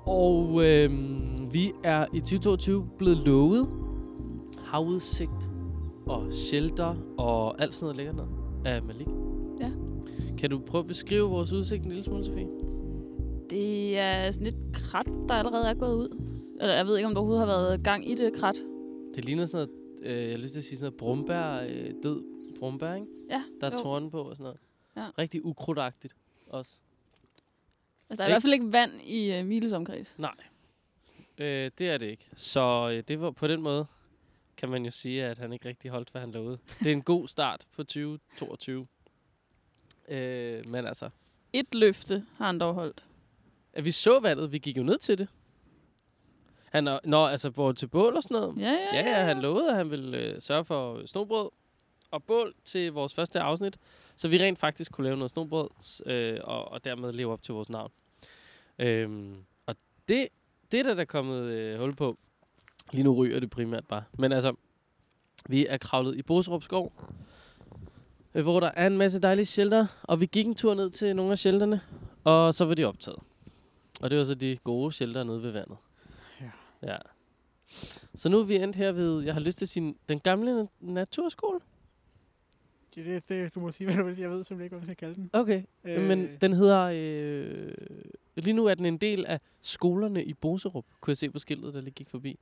Og vi er i 2022 blevet lovet havudsigt og shelter og alt sådan noget lækkert noget af Malik. Ja. Kan du prøve at beskrive vores udsigt en lille smule, Sofie? Det er sådan et krat, der allerede er gået ud. Eller jeg ved ikke, om der overhovedet har været gang i det krat. Det ligner sådan noget, jeg har lyst til at sige sådan noget brumbær, død brumbær, ikke? Ja, Der er torne på og sådan noget. Ja. Rigtig ukrudtagtigt også. Altså, der er i hvert fald ikke vand i Miles omkreds. Nej, det er det ikke. Så det var på den måde, kan man jo sige, at han ikke rigtig holdt, hvad han lovede. Det er en god start på 2022. Men altså... Et løfte har han dog holdt. At vi så vandet, vi gik jo ned til det. Han altså hvor til bål og sådan noget. Ja, han lovede, at han ville sørge for snobrød og bål til vores første afsnit, så vi rent faktisk kunne lave noget snobrød og dermed leve op til vores navn. Og det er der kommet hul på. Lige nu ryger det primært bare. Men altså, vi er kravlet i Boserup Skov, hvor der er en masse dejlige shelter, og vi gik en tur ned til nogle af shelterne, og så var de optaget. Og det var så de gode shelter nede ved vandet. Ja. Så nu er vi endt her ved, jeg har lyst til at sige, den gamle naturskole. Det, du må sige, hvad du vil. Jeg ved simpelthen ikke, hvad vi skal kalde den. Okay, men den hedder... lige nu er den en del af skolerne i Boserup, kunne jeg se på skiltet, der lige gik forbi.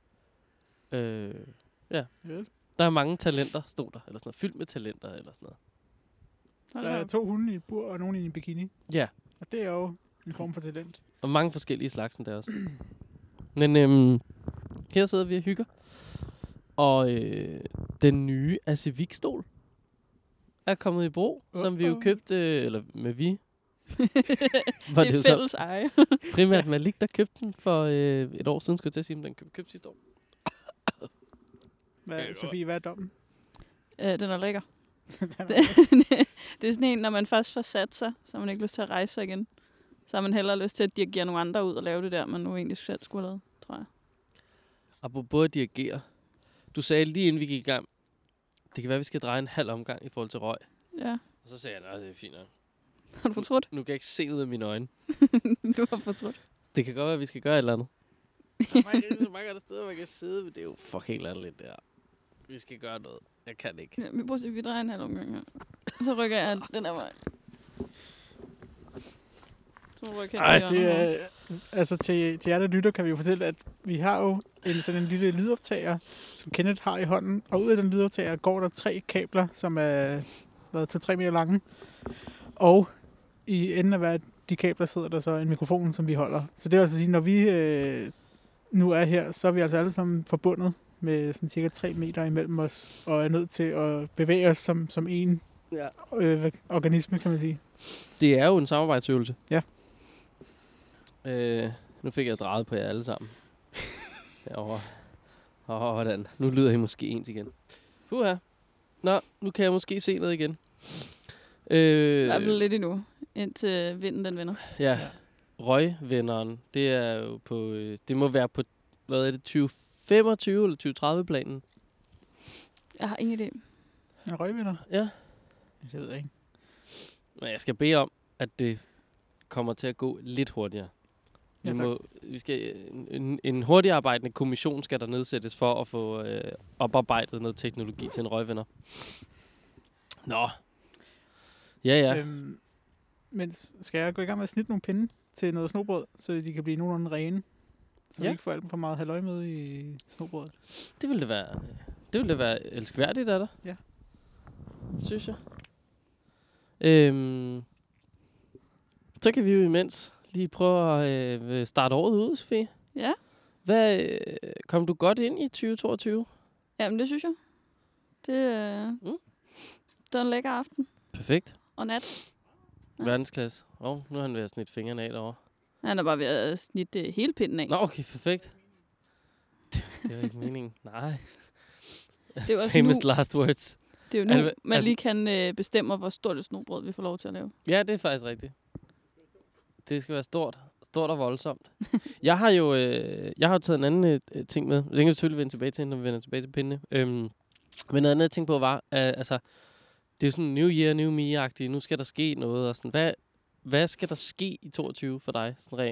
Ja. Der er mange talenter, stod der. Eller sådan noget, fyldt med talenter, eller sådan noget. Der er 2 hunde i et bur, og nogen i en bikini. Ja. Og det er jo en form for talent. Og mange forskellige slagsen der også. Men her sidder vi og hygger. Og den nye Acivik-stol er kommet i brug, som vi jo købte, eller med vi. Var det er fælles eje. Primært Malik, der købte den for et år siden, skulle jeg til at sige, men den købte sidste år. Sofie, hvad er dommen? Den er lækker. Det er sådan en, når man først får sat sig, så har man ikke lyst til at rejse sig igen. Så har man hellere lyst til at dirigere nogle andre ud og lave det der, man nu egentlig selv skulle have lavet, tror jeg. Apropos at dirigere. Du sagde lige inden vi gik i gang, det kan være, at vi skal dreje en halv omgang i forhold til røg. Ja. Og så sagde jeg, nej, det er fint nok. Har du fortrudt? Nu kan jeg ikke se ud af mine øjne. Du har fortrudt. Det kan godt være, at vi skal gøre et eller andet. Der er ikke så mange andre steder, man kan sidde, men det er jo fucking latterligt der. Vi skal gøre noget. Jeg kan ikke. Ja, vi drejer en halv omgang her. Så rykker jeg den her vej. Altså til jer, der lytter, kan vi jo fortælle, at vi har jo sådan en lille lydoptager, som Kenneth har i hånden. Og ud af den lydoptager går der 3 kabler, som er 2-3 meter lange. Og i enden af hver de kabler sidder der så en mikrofon, som vi holder. Så det vil altså sige, når vi nu er her, så er vi altså alle sammen forbundet med sådan cirka 3 meter imellem os, og er nødt til at bevæge os som en organisme, kan man sige. Det er jo en samarbejdsøvelse. Ja. Nu fik jeg drejet på jer alle sammen. Hvordan? Nu lyder I måske ens igen. Puha. Nå, nu kan jeg måske se noget igen. I hvert fald lidt endnu, indtil vinden den vender. Ja. Røgvenderen, det er jo på, det må være på, hvad er det, 2025 eller 2030-planen? Jeg har ingen idé. En røgvinder? Ja. Det ved jeg ikke. Men jeg skal bede om, at det kommer til at gå lidt hurtigere. En hurtigarbejdende kommission skal der nedsættes for at få oparbejdet noget teknologi til en røgvender. Nå. Ja. Men skal jeg gå i gang med at snitte nogle pinde til noget snobrød, så de kan blive nogenlunde rene? Så vi ikke får alt for meget halløj med i snobrødet. Det ville det være elskværdigt af dig. Ja. Synes jeg. Så kan vi jo imens lige prøve at starte året ud, Sofie. Ja. Kom du godt ind i 2022? Jamen, det synes jeg. Det var en lækker aften. Perfekt. Og nat. Ja. Verdensklasse. Nu har han ved at snitte fingrene af derovre. Han er bare ved at snitte hele pinden af. Nå, okay, perfekt. Det var ikke meningen. Nej. Det var Famous last words. Det er jo nu, man lige kan bestemme, hvor stort et snobrød vi får lov til at lave. Ja, det er faktisk rigtigt. Det skal være stort og voldsomt. Jeg har jo taget en anden ting med. Det kan vi selvfølgelig vende tilbage til, når vi vender tilbage til pindene. Men noget andet, jeg tænkte på var, altså, det er jo sådan new year, new me-agtigt. Nu skal der ske noget. Og sådan. Hvad skal der ske i 22 for dig, sådan rent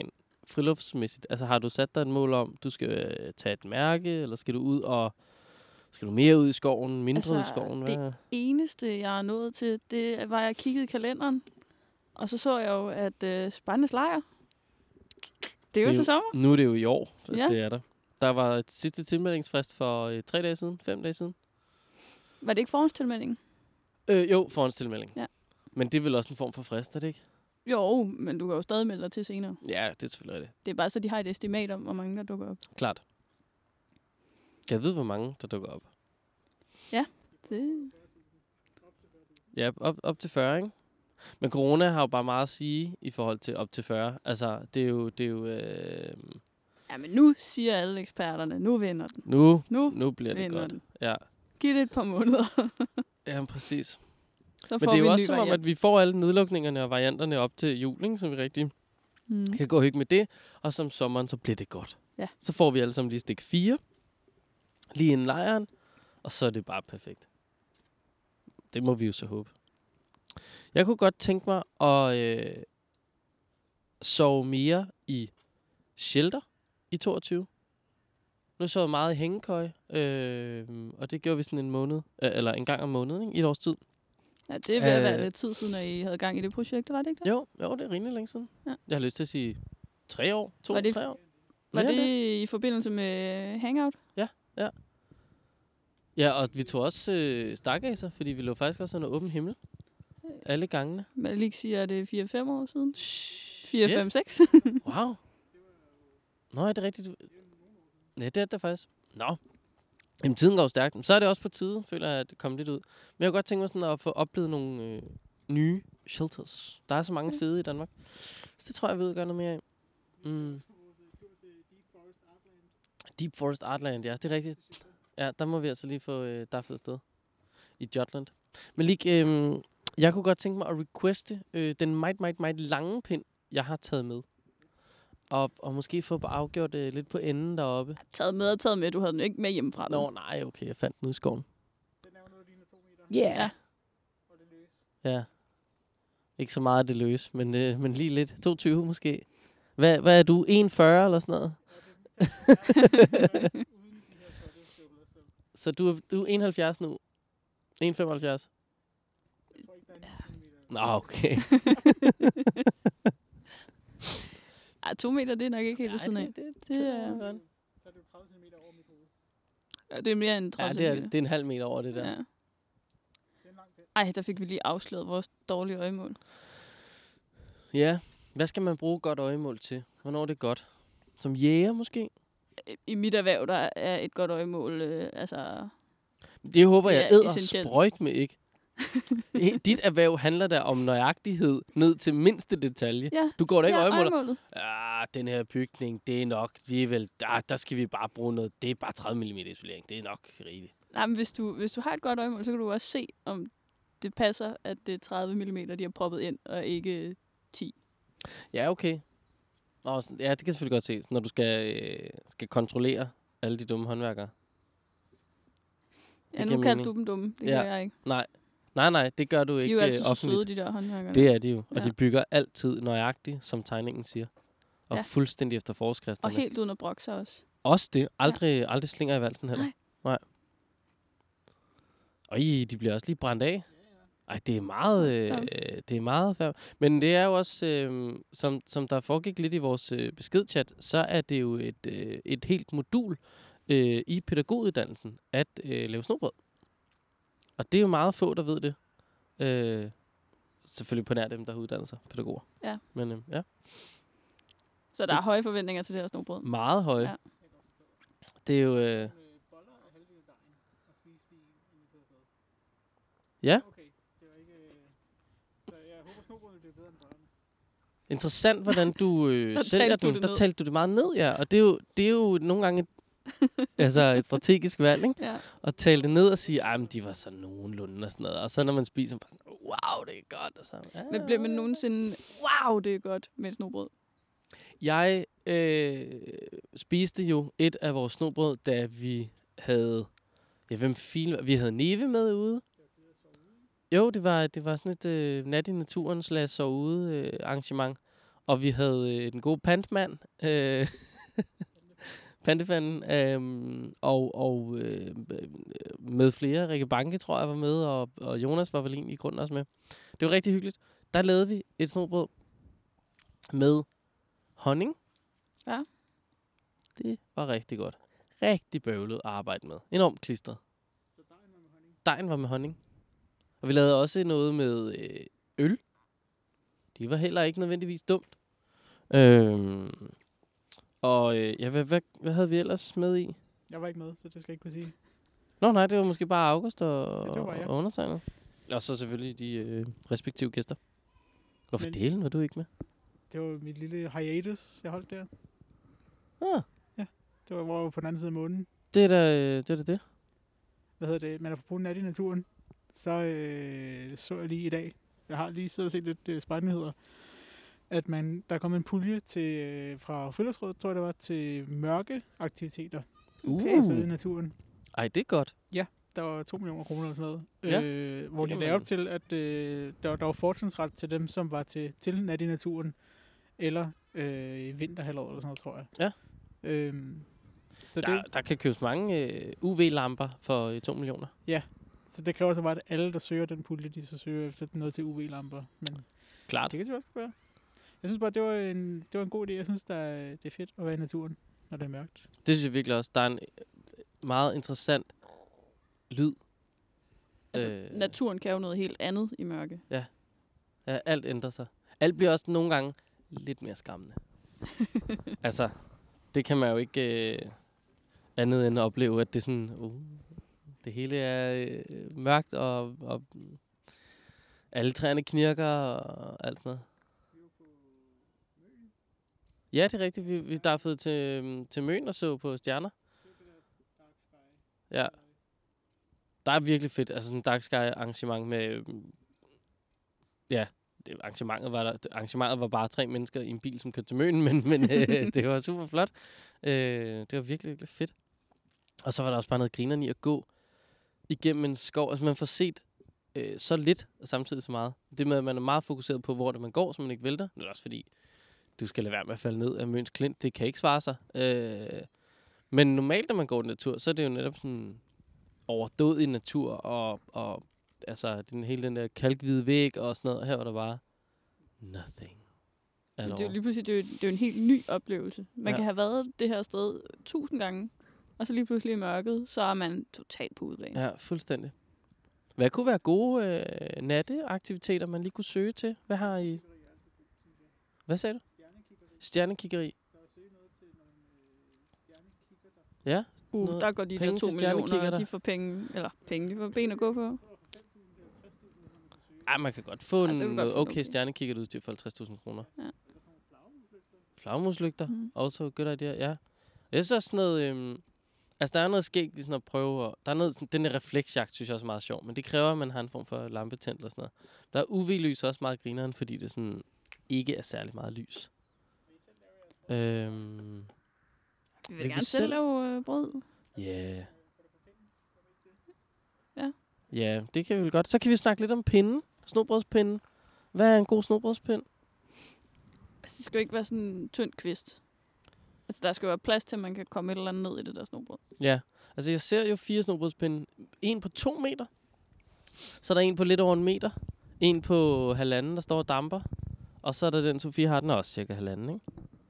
friluftsmæssigt? Altså har du sat dig et mål om, du skal tage et mærke, eller skal du ud og skal du mere ud i skoven, mindre ud i skoven? Det eneste, jeg er nået til, det var, at jeg kiggede i kalenderen, og så jeg jo, at Spartans Lejr, det er jo til sommer. Nu er det jo i år, så det er der. Der var et sidste tilmeldingsfrist for 3 dage siden, 5 dage siden. Var det ikke forhåndstilmelding? Jo, forhåndstilmelding. Ja. Men det er vel også en form for frist, er det ikke? Jo, men du kan jo stadig melde dig til senere. Ja, det er selvfølgelig det. Det er bare så, de har et estimat om, hvor mange der dukker op. Klart. Kan jeg vide, hvor mange der dukker op? Ja, det... Ja, op til 40, ikke? Men corona har jo bare meget at sige i forhold til op til 40. Altså, det er jo Ja, men nu siger alle eksperterne, nu vinder den. Nu bliver det godt. Den. Ja. Giv det et par måneder. Ja, præcis. Så men det er jo også som om, at vi får alle nedlukningerne og varianterne op til julen, så vi rigtig kan gå og hygge med det. Og som sommeren, så bliver det godt. Ja. Så får vi alle sammen lige stik 4. Lige inden lejren. Og så er det bare perfekt. Det må vi jo så håbe. Jeg kunne godt tænke mig at sove mere i shelter i 22. Nu sov jeg meget i hængekøj, og det gjorde vi sådan en måned, eller en gang om måneden, ikke? I et års tid. Ja, det er ved at være lidt tid siden, at I havde gang i det projekt, var det ikke det? Jo, det er rimelig længe siden. Ja. Jeg har lyst til at sige 3 år, 2-3 år. Var det i forbindelse med Hangout? Ja. Ja, og vi tog også stargazer, fordi vi lå faktisk også under åben himmel. Alle gangene. Men lige siger, at det er 4-5 år siden. 4-5-6. Wow. Nå, er det rigtigt? Ja, det er det faktisk. Nå. Jamen, tiden går stærkt. Så er det også på tide, føler jeg, at det kommer lidt ud. Men jeg kunne godt tænke mig sådan at få oplevet nogle nye shelters. Der er så mange fede i Danmark. Så det tror jeg, ved at gøre noget mere af. Deep Forest Artland, ja, det er rigtigt. Ja, der må vi altså lige få der er fedt sted. I Jutland. Men lige, jeg kunne godt tænke mig at requeste den meget lange pind, jeg har taget med. Og måske få afgjort lidt på enden deroppe. Taget med. Du havde den ikke med hjemmefra. Nå, nej, okay. Jeg fandt den ude i skoven. Den er jo noget, ligner 2 meter. Yeah. Og det løs. Ja. Ikke så meget det løs, men lige lidt. 22 måske. Hvad er du? 1,40 eller sådan noget? Så du er 71 nu? 1,75? Jeg tror ikke, der er 9 centimeter. Nå, okay. 2 meter, det er nok ikke helt ved siden af. Det er godt. Så er det jo 30 centimeter over mit hoved. Ja, det er mere end 30 centimeter. Det er en halv meter over det der. Ja. Ej, der fik vi lige afsløret vores dårlige øjemål. Ja, hvad skal man bruge godt øjemål til? Hvornår er det godt? Som jæger måske? I mit erhverv, der er et godt øjemål, altså... Det håber jeg æder sprøjt med, ikke? Dit erhverv handler der om nøjagtighed ned til mindste detalje. Ja, du går da ikke øjemålet. Ja, den her bygning, det er nok, der skal vi bare bruge noget. Det er bare 30 mm isolering. Det er nok rigtigt. Nej, men hvis du har et godt øjemål, så kan du også se, om det passer, at det er 30 mm, de har proppet ind, og ikke 10. Ja, okay. Nå, ja, det kan jeg selvfølgelig godt se, når du skal kontrollere alle de dumme håndværkere. Ja, nu kalder du dem dumme. Det gør jeg ikke. Nej, det gør du ikke offentligt. De er jo altid så søde, de der håndværkere. Det er de jo. Og de bygger altid nøjagtigt, som tegningen siger. Og fuldstændig efter forskrifterne. Og helt uden at brokke sig også. Også det. Aldrig slinger i valsen heller. Nej. Og de bliver også lige brændt af. Ej, det er meget færdigt. Men det er jo også, som der foregik lidt i vores beskedchat, så er det jo et helt modul i pædagoguddannelsen at lave snobrød. Og det er jo meget få, der ved det. Selvfølgelig på nær dem, der har uddannet sig pædagoger. Ja. Men ja. Så der er høje forventninger til det her snobrød? Meget høje. Ja. Det er jo... Ja. Interessant, hvordan du sælger den. Der talte du det meget ned, ja. Og det er jo nogle gange et strategisk valg, ikke? Ja. Og tale det ned og sige, at de var så nogenlunde og sådan noget. Og så når man spiser, wow, det er godt. Og så, men bliver man nogensinde, wow, det er godt med et snobrød? Jeg spiste jo et af vores snobrød, da vi havde... Ja, vi havde Neve med ude. Jo, det var sådan et nat i naturen / sove ude arrangement. Og vi havde den gode pantmand, Pantefanden, og med flere. Rikke Banke, tror jeg, var med, og Jonas var vel egentlig i grunden også med. Det var rigtig hyggeligt. Der lavede vi et snobrød med honning. Ja. Det var rigtig godt. Rigtig bøvlet at arbejde med. Enormt klistret. Dejen var med honning. Og vi lavede også noget med øl. Det var heller ikke nødvendigvis dumt. Hvad havde vi ellers med i? Jeg var ikke med, så det skal jeg ikke kunne sige. Nå nej, det var måske bare August og undertegnet. Og så selvfølgelig de respektive gæster. Hvorfor delen var du ikke med? Det var mit lille hiatus, jeg holdt der. Ah. Ja, det var hvor på den anden side af månen. Det er det. Hvad hedder det? Man er på nat i naturen. Så jeg lige i dag. Jeg har lige siddet og set lidt spejlnyheder. At der er kommet en pulje til, fra Friluftsrådet, tror jeg det var, til mørke aktiviteter. Altså i naturen. Ej, det er godt. Ja, der var 2 millioner kroner eller sådan noget. Hvor de lavede op til, at der var fortrinsret til dem, som var til nat i naturen. Eller i vinterhalvåret eller sådan noget, tror jeg. Ja. Så der kan købes mange UV-lamper for 2 millioner. Ja, så det kræver så bare, at alle, der søger den pulje, de så søger efter noget til UV-lamper. Men klart. Det kan selvfølgelig også være. Jeg synes bare, det var en god idé. Jeg synes, det er fedt at være i naturen, når det er mørkt. Det synes jeg virkelig også. Der er en meget interessant lyd. Altså, naturen kan jo noget helt andet i mørke. Ja, alt ændrer sig. Alt bliver også nogle gange lidt mere skræmmende. Altså, det kan man jo ikke andet end at opleve, at det er sådan, det hele er mørkt, og alle træerne knirker, og alt sådan noget. Ja, det er rigtigt. Vi daffede til Møn og så på stjerner. Ja. Der er virkelig fedt. Altså sådan en Dark Sky arrangement med... ja, arrangementet var bare 3 mennesker i en bil, som kørte til Møn, men det var super flot. Det var virkelig, virkelig fedt. Og så var der også bare noget grinerne i at gå igennem en skov. Altså man får set så lidt og samtidig så meget. Det med, at man er meget fokuseret på, hvor det man går, så man ikke vælter. Det er også fordi... Du skal lade være med at falde ned af Møns Klint. Det kan ikke svare sig. Men normalt, når man går i natur, så er det jo netop sådan overdådig natur, og altså hele den der kalkhvide væg og sådan noget. Her var der bare nothing. Det er jo lige pludselig det er jo en helt ny oplevelse. Man kan have været det her sted 1000 gange, og så lige pludselig i mørket, så er man totalt på udebane. Ja, fuldstændig. Hvad kunne være gode natteaktiviteter, man lige kunne søge til? Hvad har I? Hvad sagde du? Stjernekiggeri. Ja. Der går de der 2 millioner, de får penge, de får ben at gå på. Ej, man kan godt få noget stjernekikkerudstyr for 50.000 kroner. Ja. Flagermuslygter. Also good idea, ja. Jeg synes også sådan noget... altså, der er noget skægt i sådan at prøve... der er noget... Den der refleksjagt, synes jeg også er meget sjov. Men det kræver, at man har en form for lampetænd eller sådan noget. Der er UV-lys også meget grineren, fordi det sådan ikke er særlig meget lys. Vi vil gerne selv lave brød. Ja. Ja, det kan vi vel godt. Så kan vi snakke lidt om pinden. Snobrødspinden. Hvad er en god snobrødspind? Altså, det skal jo ikke være sådan en tynd kvist. Altså, der skal jo være plads til, at man kan komme et eller andet ned i det der snobrød. Ja, altså jeg ser jo 4 snobrødspinde. En på 2 meter. Så er der en på lidt over 1 meter. En på 1,5, der står og damper. Og så er der den, Sofie har, den er også cirka 1,5, ikke?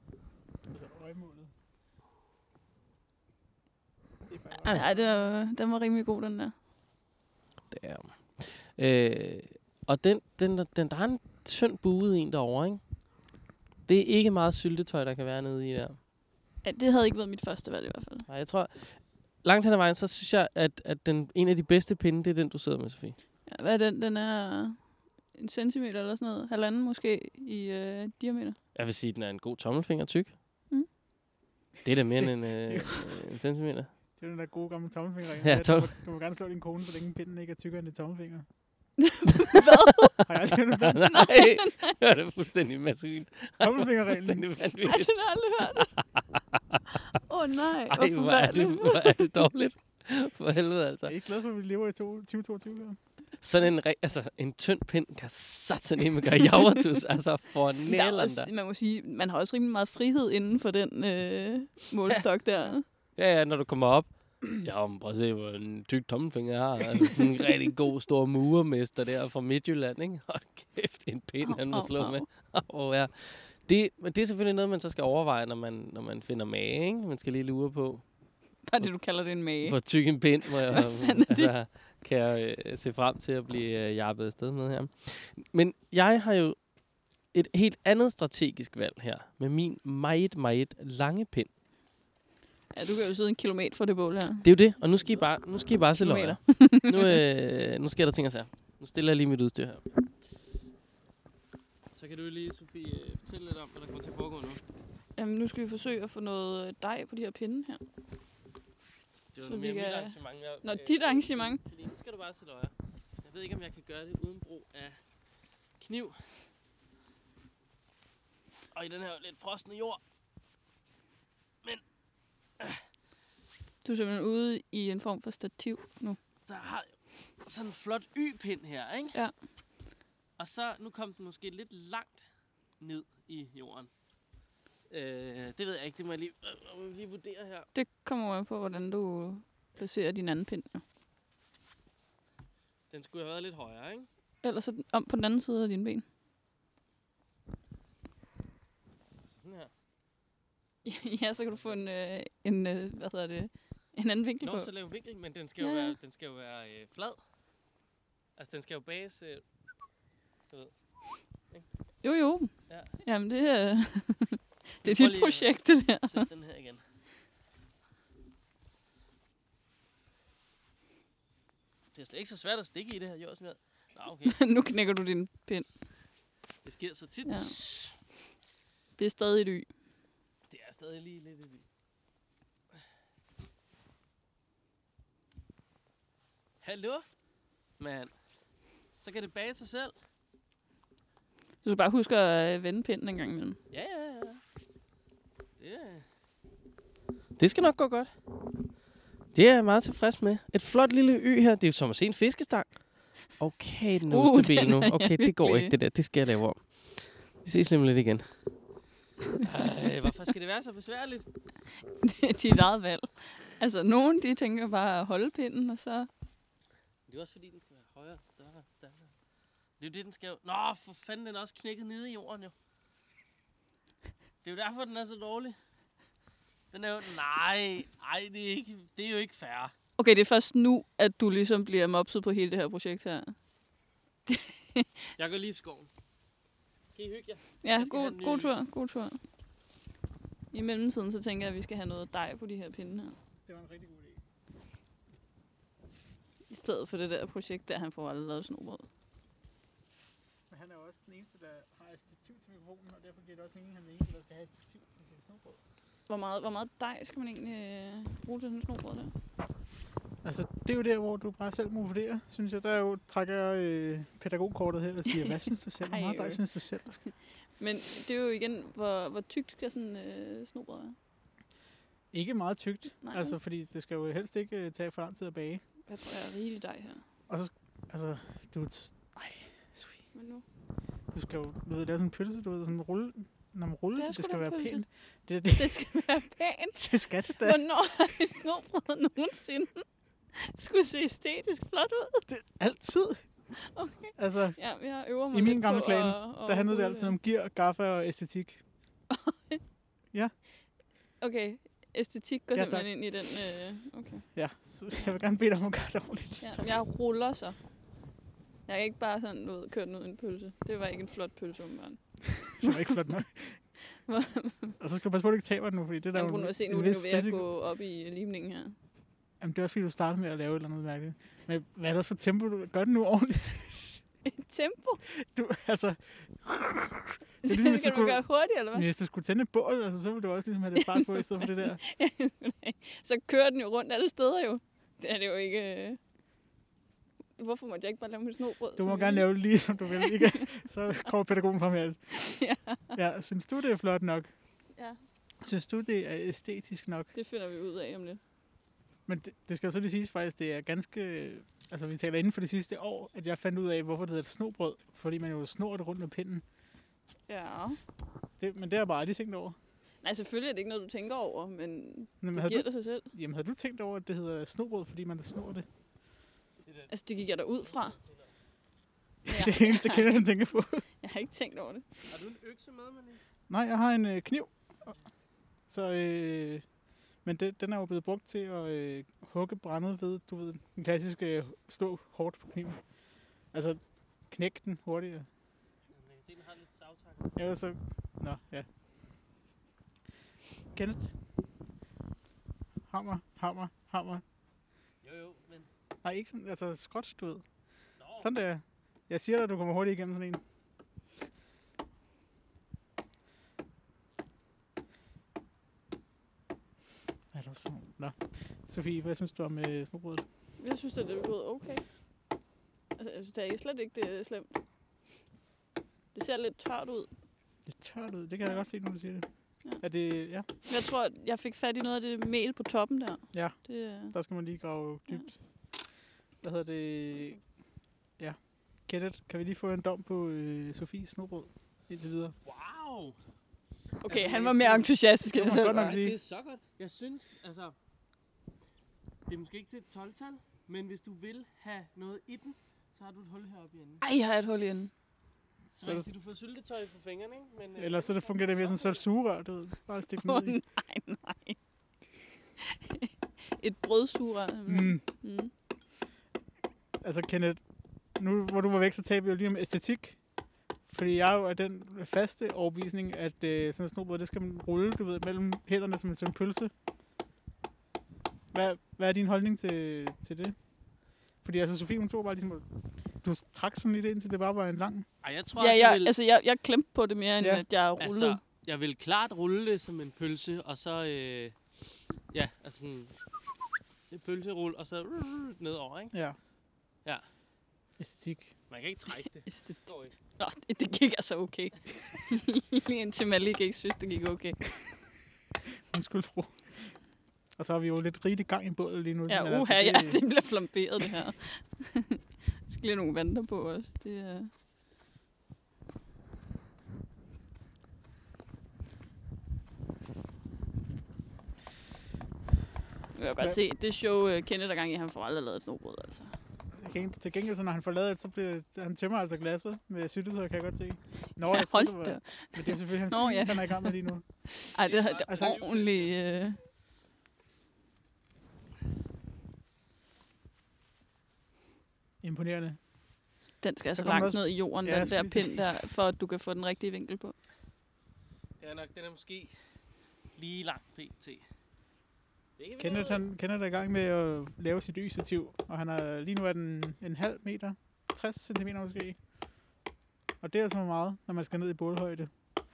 Ja, den var rimelig god, den der. Det er. Og der er en tynd buet en derovre, ikke? Det er ikke meget syltetøj, der kan være nede i der. Ja, det havde ikke været mit første valg i hvert fald. Nej, jeg tror, langt hen ad vejen, så synes jeg, at en af de bedste pinde, det er den, du sidder med, Sofie. Ja, hvad er den? Den er 1 centimeter eller sådan noget. 1,5 måske i diameter. Jeg vil sige, at den er en god tommelfinger tyk. Det er da mere end en centimeter. Det er den der gode gamle tommelfinger. Ja, du må gerne slå din kone, så længe pinden ikke er tykkere end en tommelfinger. Hvad? Har jeg aldrig hørt den? Nej, det er fuldstændig maskulint. Tommelfingerreglen. Ej, den har jeg aldrig hørt. Nej, ej, hvor er det dårligt. For helvede, altså. Jeg er ikke glad for, at vi lever i 2022. sådan en tynd pind kan satan med gøre javertus, altså for næleren. Man må sige, man har også rimelig meget frihed inden for den målestok der. Ja, når du kommer op. Ja, men prøv at se, hvor en tyk tommelfinger jeg har. Altså sådan en rigtig god, stor murermester der fra Midtjylland, ikke? Hold kæft, en pind, han må slå med. Ja. Det er selvfølgelig noget, man så skal overveje, når man finder mage, ikke? Man skal lige lure på. Bare det, du kalder det en mage. Hvor tyk en pind, kan jeg se frem til at blive jappet afsted med her. Men jeg har jo et helt andet strategisk valg her, med min meget, meget lange pind. Ja, du kan jo sidde 1 kilometer fra det bål her. Det er jo det, og nu skal I bare se løjer. Nu sker der ting og sager. Nu stiller jeg lige mit udstyr her. Så kan du lige, Sofie, fortælle lidt om, hvad der kommer til at foregå nu. Jamen, nu skal vi forsøge at få noget dej på de her pinde her. Det var noget mere mit arrangement. Nå, dit arrangement. Fordi nu skal du bare se løjer. Jeg ved ikke, om jeg kan gøre det uden brug af kniv. Og i den her lidt frosne jord. Men du er simpelthen ude i en form for stativ nu. Der har sådan en flot y-pind her, ikke? Ja. Og så, nu kom den måske lidt langt ned i jorden. Det ved jeg ikke, det må jeg lige vurdere her. Det kommer jo på, hvordan du placerer din anden pind. Den skulle have været lidt højere, ikke? Ellers så om på den anden side af dine ben. Altså sådan her. Ja, så kan du få en anden vinkel på. Nå, så lave vinkel, men den skal jo være flad. Altså, den skal jo bages... Jo. Ja. Jamen, det er dit projekt, det der. Sæt den her igen. Det er slet ikke så svært at stikke i det her jordsmør. Nå, okay. Nu knækker du din pind. Det sker så tit. Ja. Det er stadig et y. Det er stadig lige lidt et y. Hallo? Mand. Så kan det bage sig selv. Du skal bare huske at vende pinden en gang imellem. Ja. Det skal nok gå godt. Det er jeg meget tilfreds med. Et flot lille y her. Det er som at se en fiskestang. Okay, den er ustabil nu. Okay, det går ikke det der. Det skal jeg lave om. Vi ses lige lidt igen. Hvorfor skal det være så besværligt? Det er dit eget valg. Altså, nogen de tænker bare at holde pinden, og så... Det er også fordi, den skal være højere, større. Det er jo det, den skal jo... Nå, for fanden, den er også knækket nede i jorden, jo. Det er jo derfor, den er så dårlig. Den er jo... Nej, det er jo ikke fair. Okay, det er først nu, at du ligesom bliver mopset på hele det her projekt her. Jeg går lige i skoven. Kan I hygge jer? Ja, god tur. I mellemtiden, så tænker jeg, at vi skal have noget dej på de her pinde her. Det var en rigtig god idé. I stedet for det der projekt, der han får aldrig lavet snobrød. Men han er jo også den eneste, der har et stativ til mikrofonen, og derfor giver det også mening, at han er den eneste, der skal have et stativ til sit snobrød. Hvor meget dej skal man egentlig bruge til sådan en snobrød der? Altså, det er jo der, hvor du bare selv må vurdere, synes jeg. Der jo trækker pædagogkortet her og siger, hvad synes du selv? Hvor meget dej synes du selv? Men det er jo igen, hvor tykt skal sådan snobrød være? Ikke meget tykt, Nej. Altså, fordi det skal jo helst ikke tage for lang tid at bage. Jeg tror, jeg er rigelig dej her. Og så, altså, nej, Sofie. Men nu? Du skal jo, lave sådan en pølse, du ved, sådan en rulle. Når man ruller det skal være pænt. Det skal være pænt? Det skal det da. Hvornår har et snobrød nogensinde skulle se æstetisk flot ud? Det altid. Okay. Altså, ja, jeg øver mig i min gamle på klan, der handlede det altid om gear, gaffa og æstetik. Ja. Okay, æstetik går simpelthen ind i den. Okay. Ja, så jeg vil gerne bede dig om at gøre det ordentligt. Ja, jeg ruller så. Jeg kan ikke bare sådan kørt den ud i en pølse. Det var ikke en flot pølse, åbenbart. Det var ikke flot nok. Og så skal du passe på, at du ikke taber den nu, fordi det der er jo se, nu er du ved at gå op i limningen her. Jamen, det er også fordi, du starter med at lave et eller andet mærkeligt. Men hvad er det for tempo? Du gør det nu ordentligt. Et tempo? Du, altså... Det ligesom, skal du gøre hurtigt, eller hvad? Hvis du skulle tænde et bål, altså, så ville du også ligesom have det fart på, i stedet for det der. Så kører den jo rundt alle steder jo. Det er det jo ikke... Hvorfor måtte jeg ikke bare lave mit snobrød? Du må gerne lave det lige, som du vil. Ikke? Så kommer pædagogen frem med alt. Ja, synes du, det er flot nok? Ja. Synes du, det er æstetisk nok? Det finder vi ud af om lidt. Men det skal jo så lige siges faktisk, det er ganske... Altså, vi taler inden for det sidste år, at jeg fandt ud af, hvorfor det hedder et snobrød. Fordi man jo snor det rundt med pinden. Ja. Men det har jeg bare aldrig tænkt over. Nej, selvfølgelig er det ikke noget, du tænker over, men det giver det sig selv. Jamen, havde du tænkt over, at det hedder snobrød, fordi man snor det? Altså, det gik jeg da ud fra. Ja. Det er det eneste, jeg tænker på. Jeg har ikke tænkt over det. Har du en økse med, Malene? Nej, jeg har en kniv. Så, men den er jo blevet brugt til at hugge brændet ved, du ved, den klassiske stå hårdt på kniven. Altså, knække den hurtigere. Jeg kan se, den har lidt savtak. Ellers så... Nå, ja. Kenneth? Hammer. Jo, men... Nej, ikke sådan, altså skråt, du ved. Nå. Sådan der. Jeg siger dig, at du kommer hurtigt igennem sådan en. Hvad er det også for nogen? Nå. Sofie, hvad synes du om snobrødet? Jeg synes, at det er gået okay. Altså, jeg synes det er slet ikke, det er slemt. Det ser lidt tørt ud. Det er tørt ud, det kan jeg godt se, når du siger det. Ja. Er det, ja. Jeg tror, jeg fik fat i noget af det mel på toppen der. Ja, det, der skal man lige grave dybt. Ja. Hvad hedder det? Ja. Kenneth, kan vi lige få en dom på Sofies snobrød indtil videre? Wow! Okay, altså, han var mere entusiastisk end jeg selv var. Det er så godt. Jeg synes, altså... Det er måske ikke til et 12-tal, men hvis du vil have noget i den, så har du et hul heroppe i enden. Ej, jeg har et hul i enden. Så man kan sige, du får syltetøj på fingrene, ikke? Men, eller så det fungerer det mere som sugerør, du ved. Bare stikke ned i. Nej. Et brødsugerør. Mm. Altså, Kenneth, nu hvor du var væk, så talte vi jo lige om æstetik. Fordi jeg er jo af den faste overbevisning, at sådan et snobrød, det skal man rulle, du ved, mellem hænderne som en sådan pølse. Hvad er din holdning til det? Fordi altså, Sofie, hun tog bare ligesom... Du trak sådan lidt ind, til det bare var en lang... Ej, jeg tror også, jeg klemte på det mere, end at jeg rullede. Altså, jeg vil klart rulle det som en pølse, og så... altså sådan... En pølserulle, og så nedover, ikke? Ja. Ja. Æstetik. Man kan ikke trække det. Æstetik. Nå, det gik altså okay. Lige indtil Malik ikke synes, det gik okay. Undskyld, fru. Og så har vi jo lidt rigtig gang i bålet lige nu. Ja, det bliver flamberet, det her. Der skal lige nogle vanter på os. Det er... Jeg kan godt se, det show Kenneth gang i, han får aldrig lavet et snobrød, altså. Til gengæld, så når han får lavet det, så bliver han tømmer altså glasset med syltetøj, kan jeg godt se. Nå, jeg tror, det var... Men det er selvfølgelig hans han er i gang med lige nu. Ej, det er altså, ordentligt... Imponerende. Den skal altså langt ned i jorden, den der pind der, for at du kan få den rigtige vinkel på. Ja, nok, den er måske lige langt pt. Kenneth er i gang med at lave sit y-stativ, og han er lige nu er den en halv meter, 60 cm måske. Og det er altså meget, når man skal ned i bålhøjde.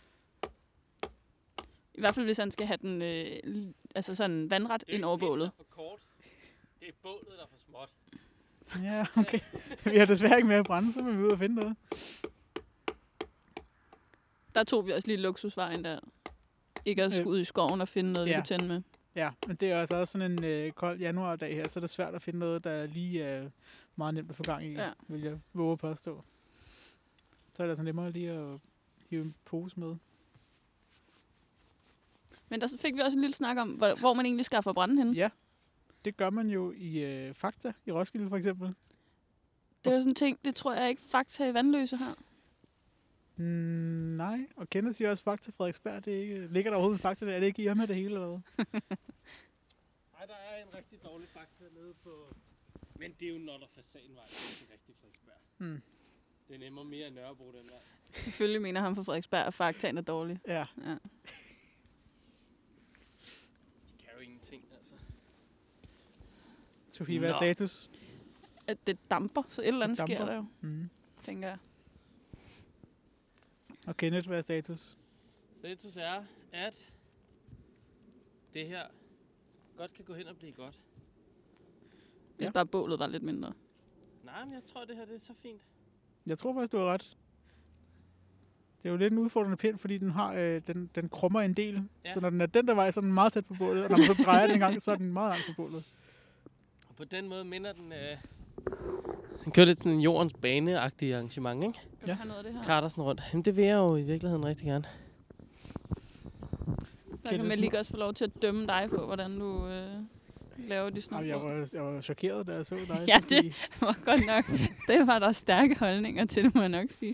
I hvert fald, hvis han skal have den altså sådan vandret ind over bålet. Det er for kort. Det er bålet, der er for småt. Ja, okay. Vi har desværre ikke mere at brænde, så må vi ud og finde noget. Der tog vi også lige luksusvejen der. Ikke at skulle ud i skoven og finde noget, vi kunne tænde med. Ja, men det er altså også sådan en kold januardag her, så er det svært at finde noget, der lige er meget nemt at få gang i, vil jeg våge at påstå. Så er det altså nemmere lige at hive en pose med. Men der fik vi også en lille snak om, hvor man egentlig skaffer brænde henne. Ja, det gør man jo i Fakta, i Roskilde for eksempel. Det er jo sådan en ting, det tror jeg ikke Fakta i Vandløse har. Nej, og Kenneth siger også Fakta Frederiksberg. Det er ikke, ligger der overhovedet Fakta der? Er det ikke Irma det hele, eller hvad? Nej, der er en rigtig dårlig Fakta nede på... Men det er jo Nordre Fasanvej, det er ikke rigtig Frederiksberg. Det er nemmere mere end Nørrebro, den vej. Selvfølgelig mener han fra Frederiksberg, at Faktaen er dårlig. Ja. De kan jo ingenting, altså. Sofie, hvad er status? At det damper, så et eller andet sker der jo, tænker jeg. Og Kenneth, hvad er status? Status er, at det her godt kan gå hen og blive godt. Hvis bare bålet var lidt mindre. Nej, men jeg tror, det her det er så fint. Jeg tror faktisk, du har ret. Det er jo lidt en udfordrende pind, fordi den har den krummer en del. Ja. Så når den er den der vej, så er den meget tæt på bålet. Og når man så drejer den en gang, så er den meget langt på bålet. På den måde minder den... Den kører lidt sådan en jordens bane-agtig arrangement, ikke? Kan du have noget af det her? Karter sådan rundt. Jamen, det vil jeg jo i virkeligheden rigtig gerne. Så kan man lige også få lov til at dømme dig på, hvordan du laver de snor. Jeg var chokeret, da jeg så dig. Ja, det var godt nok. Det var der stærke holdninger til, må jeg nok sige.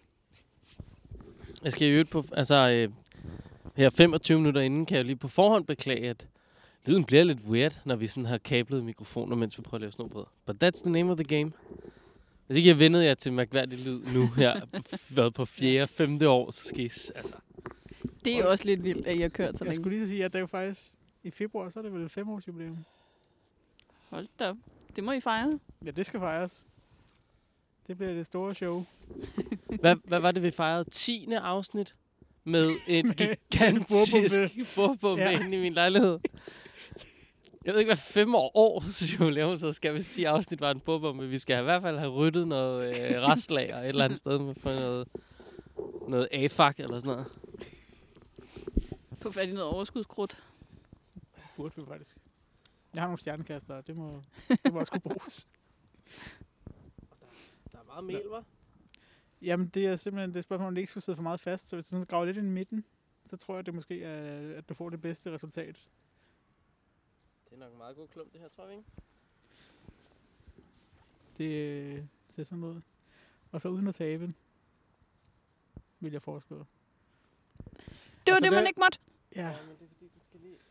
Jeg skal jo på... Altså, her 25 minutter inden kan jeg jo lige på forhånd beklage, at lyden bliver lidt weird, når vi sådan har kablet mikrofoner, mens vi prøver at lave snobrød. But that's the name of the game. Hvis ikke jeg vendede jer til mærkværdig lyd nu her, været på 4. 5. år, så skal I... Altså. Det er jo også lidt vildt, at I har kørt så længe. Jeg skulle lige sige, at det er jo faktisk i februar, så er det vel 5 års jubilæum. Hold da op. Det må I fejre. Ja, det skal fejres. Det bliver det store show. Hvad var det, vi fejrede? 10. afsnit med et gigantisk bordbombe inde i min lejlighed. Jeg ved ikke, hvad 5 års jubilæum så skal, hvis 10 afsnit var en bordbombe. Vi skal i hvert fald have ryddet noget restlager et eller andet sted med for noget AFAC eller sådan noget. Få fat i noget overskudskrudt. Burde vi faktisk. Jeg har nogle stjernekaster, det må også kunne bruges. Der er meget mel, hva'? Jamen, det er simpelthen det spørgsmål, om det ikke skulle sidde for meget fast. Så hvis du sådan graver lidt ind i midten, så tror jeg, det måske er, at du får det bedste resultat. Det er nok en meget god klump, det her, tror jeg, ikke? Det er sådan noget. Og så uden at tabe, vil jeg foreslå. Det var altså, det, man ikke måtte. Ja. Men det er fordi, den skal lige...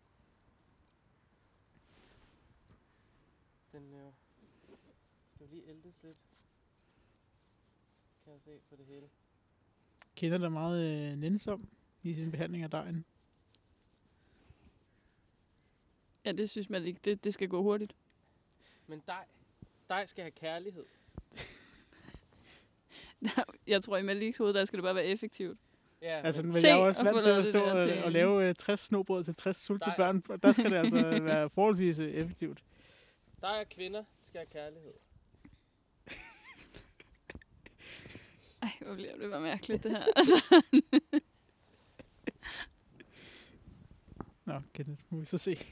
Den skal lige ældes lidt. Kan jeg se på det hele. Kender dig meget nænsom i sin behandling af dejen. Ja, det synes man ikke. Det skal gå hurtigt. Men dej skal have kærlighed. Jeg tror, i Maliks hoved, der skal det bare være effektivt. Ja, altså, men jeg er også vant til at stå og lave 60 snobrød til 60 sultne børn. Der skal det altså være forholdsvis effektivt. Dig og kvinder skal have kærlighed. Ej, hvor bliver det bare mærkeligt, det her. Altså. Nå, Kenneth, må vi så se.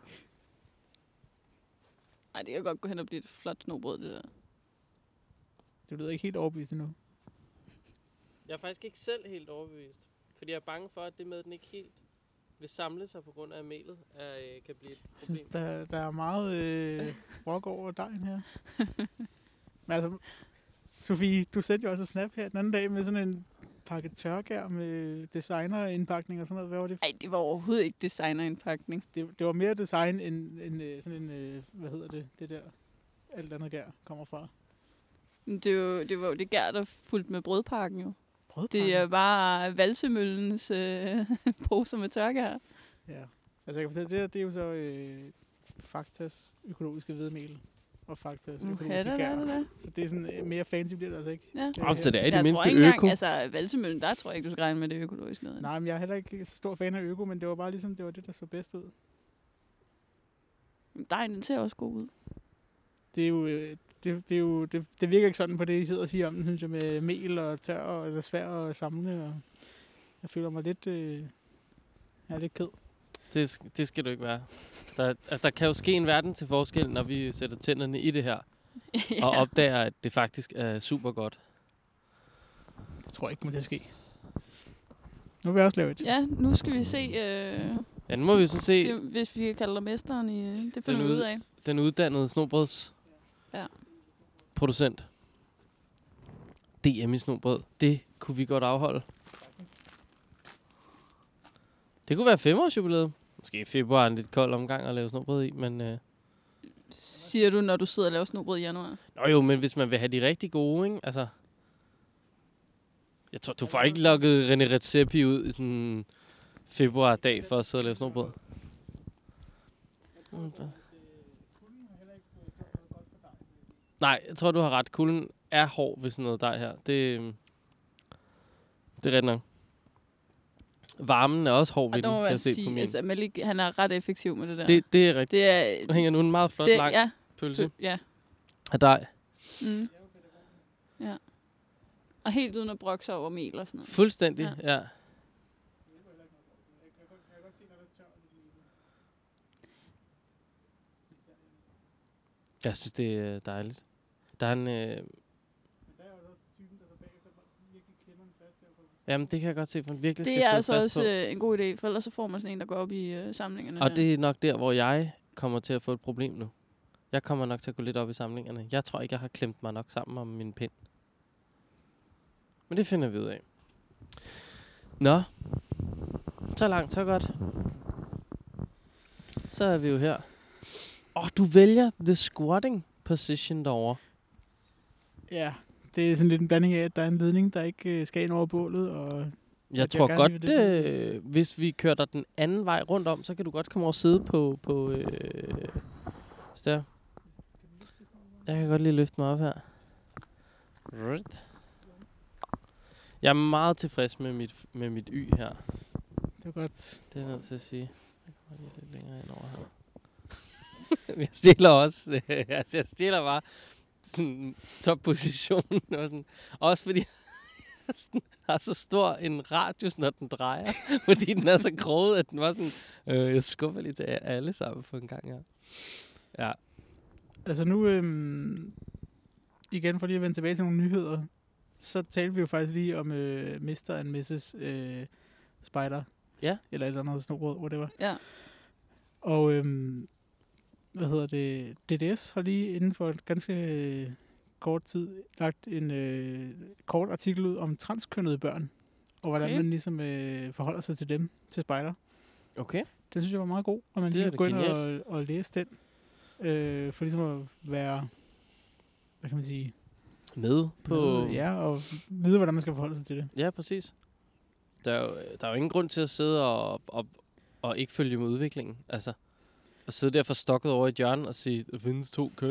Ej, det kan godt gå hen og blive et flot snobrød, det der. Det lyder ikke helt overbevist endnu. Jeg er faktisk ikke selv helt overbevist. Fordi jeg er bange for, at det med, at den ikke helt vil samle sig på grund af melet, kan blive et problem. Jeg synes, der er meget rock over dejen her. Men altså, Sofie, du sendte jo også et snap her den anden dag med sådan en pakke tørgær med designerindpakning og sådan noget. Hvad var det? Nej, det var overhovedet ikke designerindpakning. Det var mere design end sådan en, hvad hedder det der alt andet gær kommer fra. Det var jo det gær, der fulgte med brødpakken jo. Brødpakken? Det er bare valsemøllens poser med tørgær. Ja, altså jeg kan fortælle, det er jo så Faktas økologiske hvedemel og Faktas økologiske gær. Så det er sådan mere fancy bliver det altså ikke. Ja. Så det er i det mindste øko. Engang, altså valsemøllen, der tror jeg ikke, du skal regne med det økologiske noget. Nej, men jeg er heller ikke så stor fan af øko, men det var bare ligesom, det var det, der så bedst ud. Dejen ser også god ud. Det er jo, det virker ikke sådan på det, I sidder og siger om den, synes jeg, med mel og tør og eller svær at samle. Og jeg føler mig lidt, lidt ked. Det skal du ikke være. Der kan jo ske en verden til forskel, når vi sætter tænderne i det her. Ja. Og opdager, at det faktisk er super godt. Det tror jeg ikke, må det ske. Nu vil jeg også lave et. Ja, nu skal vi se... Ja, nu må vi så se... Det, hvis vi kan kalde dig mesteren i... Det finder vi ud af. Den uddannede snobrøds producent. DM i snobrød. Det kunne vi godt afholde. Det kunne være 5 års jubilæet. Måske i februar en lidt kold omgang at lave snobrød i, men... Siger du, når du sidder og laver snobrød i januar? Nå jo, men hvis man vil have de rigtig gode, ikke? Altså... Jeg tror, du får ikke lukket René Redzepi ud i sådan februar-dag for at sidde og lave snobrød. Nej, jeg tror, du har ret. Kulden er hård ved sådan noget der her. Det er ret nok. Varmen er også hård ved den, kan jeg se på min. Altså, Malik, han er ret effektiv med det der. Det er rigtigt. Nu hænger nu en meget flot lang pølse af dej. Mm. Ja. Og helt uden at brokse over mel og sådan noget. Fuldstændig, ja. Jeg synes, det er dejligt. Der er en... Jamen, det kan jeg godt se, for man virkelig skal sidde fast på. Det er altså også en god idé, for ellers så får man sådan en, der går op i samlingerne. Og det er nok der, hvor jeg kommer til at få et problem nu. Jeg kommer nok til at gå lidt op i samlingerne. Jeg tror ikke, jeg har klemt mig nok sammen om min pind. Men det finder vi ud af. Nå. Så langt, så godt. Så er vi jo her. Du vælger the squatting position derovre. Ja, det er sådan lidt en blanding af, at der er en ledning, der ikke skal ind over bålet. Og jeg tror godt, hvis vi kører dig den anden vej rundt om, så kan du godt komme over og sidde på der. Jeg kan godt lige løfte mig op her. Right. Jeg er meget tilfreds med mit Y her. Det er godt. Det er jeg nødt til at sige. Jeg kommer lige lidt længere ind over her. Jeg stiller også. Jeg stiller bare sådan toppositionen. Også fordi jeg har så stor en radius, når den drejer. Fordi den er så kroget, at den var sådan... jeg skubber lige til alle sammen for en gang her. Ja. Altså nu... igen, for lige at vende tilbage til nogle nyheder, så talte vi jo faktisk lige om Mr. and Mrs. Spider. Ja. Eller et eller andet snobrød, whatever. Ja. Og DDS har lige inden for et ganske kort tid lagt en kort artikel ud om transkønnede børn. Og hvordan man ligesom forholder sig til dem, til Spider. Okay. Det synes jeg var meget god, og man lige gå ind og læse den. For ligesom at være, hvad kan man sige... Med på... Ja, og vide, hvordan man skal forholde sig til det. Ja, præcis. Der er jo ingen grund til at sidde og ikke følge med udviklingen. Altså, at sidde der forstokket over i et hjørne og sige, der findes 2 køn.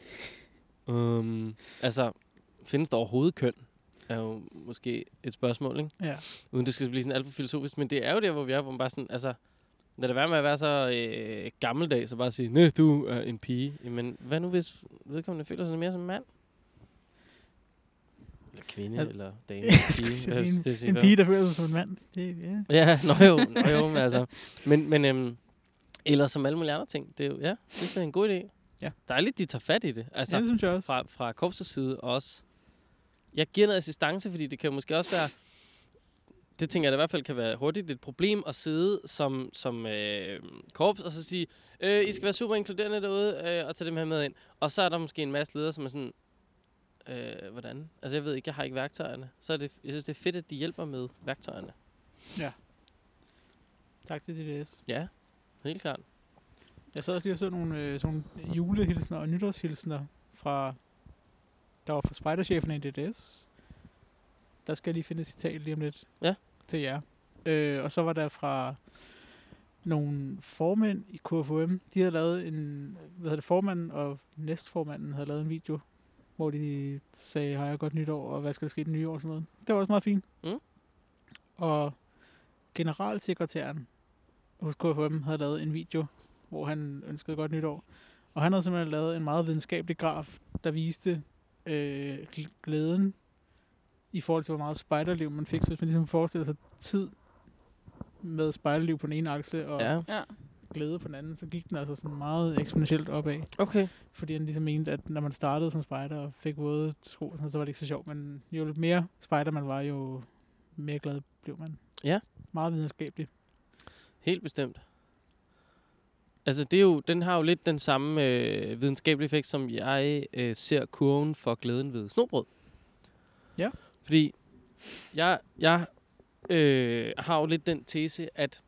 Altså, findes der overhovedet køn? Er jo måske et spørgsmål, ikke? Ja. Uden det skal blive sådan alt for filosofisk. Men det er jo der, hvor vi er, hvor man bare sådan, altså... Lad det være med at være så gammeldags og bare sige, nej, du er en pige. Men hvad nu, hvis vedkommende føler sig mere som en mand? Eller kvinde, eller dame. En pige, der føler sig som en mand. Det, ja, nå jo, men altså. Men eller som alle mulige andre ting. Det er jo, ja, det er en god idé. Ja. Dejligt, de tager fat i det. Altså, ja, det synes jeg også. Fra korpsets side også. Jeg giver noget assistance, fordi det kan måske også være... Det tænker jeg, det i hvert fald kan være hurtigt et problem at sidde som korps og så sige, I skal være super inkluderende derude og tage dem her med ind. Og så er der måske en masse ledere, som er sådan, hvordan? Altså jeg ved ikke, jeg har ikke værktøjerne. Så er det, jeg synes, det er fedt, at de hjælper med værktøjerne. Ja. Tak til DDS. Ja, helt klart. Jeg sad også lige og så nogle sådan julehilsner og nytårshilsner der var fra Spider-chefen i DDS. Der skal jeg lige finde et citat lige om lidt til jer. Og så var der fra nogle formænd i KFUM. De havde lavet formanden og næstformanden havde lavet en video, hvor de sagde, har jeg godt nytår, og hvad skal der ske i det nye år og sådan noget. Det var også meget fint. Mm. Og generalsekretæren hos KFUM havde lavet en video, hvor han ønskede godt nytår. Og han havde simpelthen lavet en meget videnskabelig graf, der viste glæden i forhold til, hvor meget spejderliv man fik. Så hvis man ligesom forestiller sig tid med spejderliv på den ene akse og glæde på den anden, så gik den altså sådan meget eksponentielt opad. Okay. Fordi han ligesom mente, at når man startede som spejder og fik våde sko, så var det ikke så sjovt. Men jo lidt mere spejder man var, jo mere glad blev man. Ja. Meget videnskabeligt. Helt bestemt. Altså den har jo lidt den samme videnskabelige effekt, som jeg ser kurven for glæden ved snobrød. Ja. Fordi jeg har jo lidt den tese, at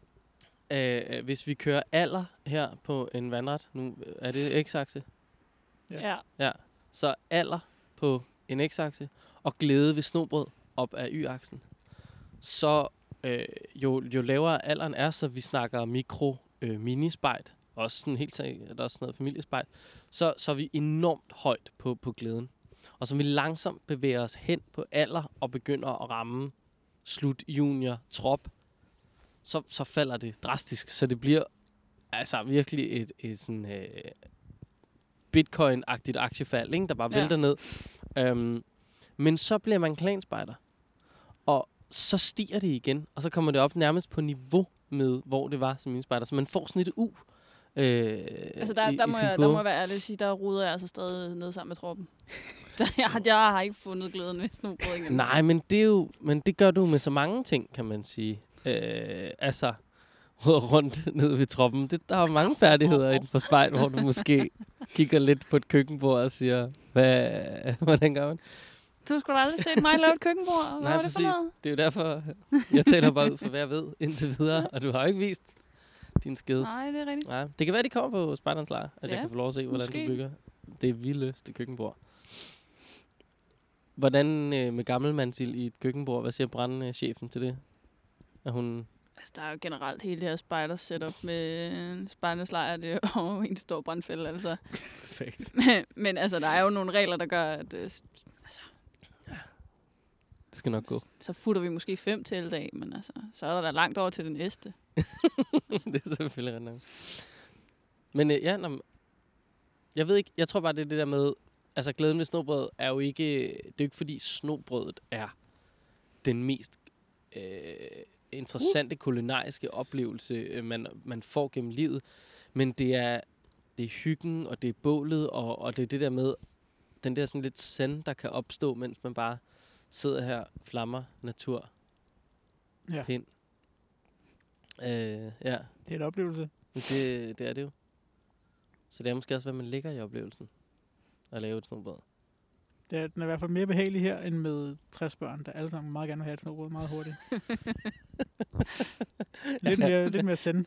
hvis vi kører alder her på en vandret, nu er det x-akse? Ja. Så alder på en x-akse og glæde ved snobrød op af y-aksen. Så jo lavere alderen er, så vi snakker minispejt, også sådan helt sikkert også sådan noget familiespejt, så er vi enormt højt på glæden. Og så vi langsomt bevæger os hen på alder og begynder at ramme slut junior trop, så falder det drastisk. Så det bliver altså virkelig et sådan bitcoin-agtigt aktiefald, ikke? Der bare vælter ned. Men så bliver man klanspejder. Og så stiger det igen, og så kommer det op nærmest på niveau med, hvor det var som minespejder. Så man får sådan et Der må jeg være ærlig at sige, der ruder jeg altså stadig ned sammen med troppen. Jeg har ikke fundet glæden ved snobrød igen. Nej, men det gør du med så mange ting, kan man sige. Altså, rundt ned ved troppen. Der er mange færdigheder inden for spejl, hvor du måske kigger lidt på et køkkenbord og siger, hvordan gør man? Du skulle aldrig set mig lave et køkkenbord. Hvad Nej, var det for noget? Det er jo derfor, jeg taler bare ud for, hvad jeg ved indtil videre. Og du har jo ikke vist din skeds. Nej, det er rigtigt. Nej, det kan være, de kommer på Spejderens Lejr, at jeg kan få lov at se, hvordan måske. du bygger det vildeste køkkenbord. Hvordan med gammelmandsild i et køkkenbord? Hvad siger brandchefen til det? Er hun... Altså, der er jo generelt hele det her spider setup med Spejderens Lejr, det er jo en stor brandfælde, altså. Perfekt. Men altså, der er jo nogle regler, der gør, at Det skal nok gå. så futter vi måske 5 teltdag, men altså, så er der langt over til det næste. Det er selvfølgelig ret nok. Men jeg ved ikke, jeg tror bare, det er det der med, altså glæden ved snobrød er jo ikke, det er jo ikke fordi snobrødet er den mest interessante kulinariske oplevelse, man får gennem livet, men det er hyggen, og det er bålet, og det er det der med, den der sådan lidt zen, der kan opstå, mens man bare sidder her, flammer, natur, pind. Ja. Det er en oplevelse. Det er det jo. Så det er måske også, hvad man lægger i oplevelsen. At lave et snobrød. Den er i hvert fald mere behagelig her, end med 60 børn, der alle sammen meget gerne vil have et snobrød meget hurtigt. lidt mere send.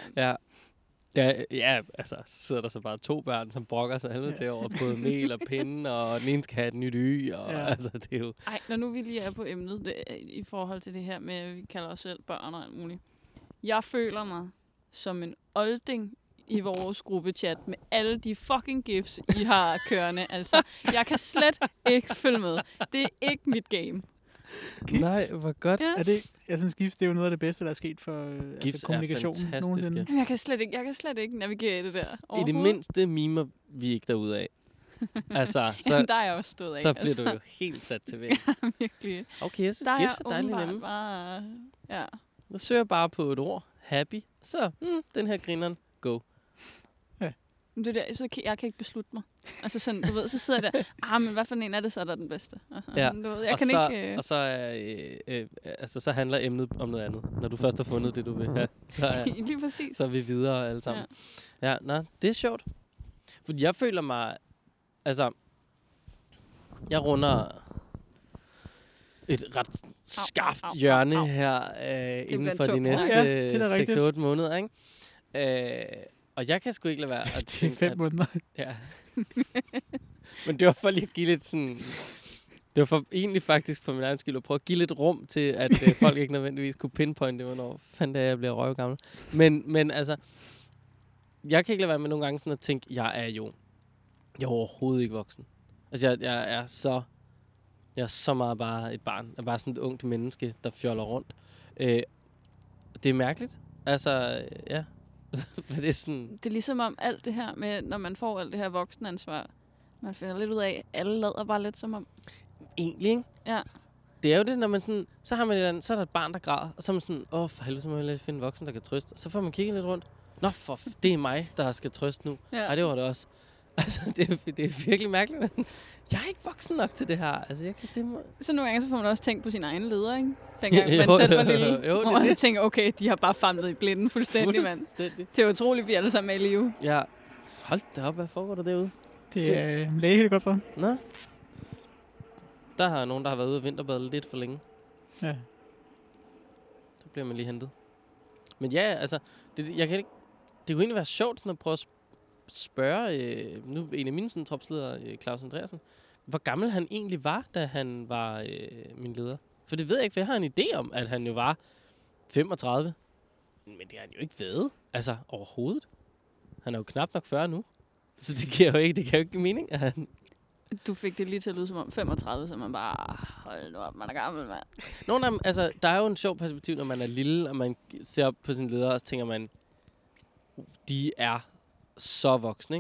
Ja, altså, så sidder der så bare 2 børn, som brokker sig helvede til over både mel og pinde, og den ene skal have et nyt altså, det er jo... Ej, når nu vi lige er på emnet, i forhold til det her med, at vi kalder os selv børn og alt muligt. Jeg føler mig som en olding i vores gruppechat med alle de fucking gifs, I har kørende. Altså, jeg kan slet ikke følge med. Det er ikke mit game. GIFs? Nej, hvor godt. Ja. Jeg synes, GIFs det er jo noget af det bedste, der er sket for kommunikation nogensinde. Jeg kan slet ikke navigere i det der. I det mindste mimer vi ikke derude af. Altså, så, jamen, der er jeg også stået af. så bliver du jo helt sat til væk. Ja, virkelig. Okay, jeg synes, Der er GIFs er dejligt åbenbart nemme. bare... Ja. Jeg søger bare på et ord. Happy. Så, den her grineren. Go. Det der, så jeg kan ikke beslutte mig. Altså sådan, du ved, så sidder jeg der, men hvad for en er det så, der er den bedste? Altså, Ja. du ved, jeg kan ikke... Og så, altså, så handler emnet om noget andet. Når du først har fundet det, du vil have, lige præcis. så er vi videre alle sammen. Ja, det er sjovt. Fordi jeg føler mig... Altså, jeg runder et ret skarpt hjørne her inden for de næste 6-8 måneder, ikke? Og jeg kan sgu ikke lade være at tænke... 5 måneder. Ja. Men det var for lige at give lidt sådan... Det var egentlig faktisk for min egen skyld at prøve at give lidt rum til, at folk ikke nødvendigvis kunne pinpointe, hvornår fanden det er, jeg bliver røvgammel. Men altså... Jeg kan ikke lade være med nogle gange sådan at tænke, jeg er overhovedet ikke voksen. Altså, jeg er så meget bare et barn. Jeg er bare sådan et ungt menneske, der fjoller rundt. Det er mærkeligt. Altså, ja... det er sådan... Det er ligesom om alt det her med, når man får alt det her voksenansvar, man finder lidt ud af, at alle lader bare lidt som om. Egentlig, ikke? Ja. Det er jo det, når man sådan... Så har man så er der et barn, der græder, og så er man sådan, for helvede, så må jeg finde en voksen, der kan trøste. Så får man kigget lidt rundt. Nå, det er mig, der skal trøste nu. Ja. Ej, det var det også. Altså, det er virkelig mærkeligt. Jeg er ikke voksen nok til det her. Altså, Så nogle gange så får man også tænkt på sin egen leder, ikke? Dengang man selv var lille. Hvor man tænker, okay, de har bare famlet i blinden fuldstændig, mand. Det er utroligt, vi alle sammen er i live. Ja. Hold da op, hvad foregår der derude? Det er læge helt godt for. Nå. Der har nogen, der har været ude og vinterbade lidt for længe. Ja. Så bliver man lige hentet. Men ja, altså, det kunne egentlig være sjovt sådan at prøve at spørge, nu en af mine sådan, tropsledere, Claus Andreasen, hvor gammel han egentlig var, da han var min leder. For det ved jeg ikke, for jeg har en idé om, at han jo var 35. Men det har han jo ikke været. Altså, overhovedet. Han er jo knap nok 40 nu. Så det kan jo ikke give mening, at han... Du fik det lige til at lyde som om 35, så man bare, hold nu op, man er gammel, mand. Nogle af dem, altså, der er jo en sjov perspektiv, når man er lille, og man ser op på sin leder, og så tænker man, de er så voksne,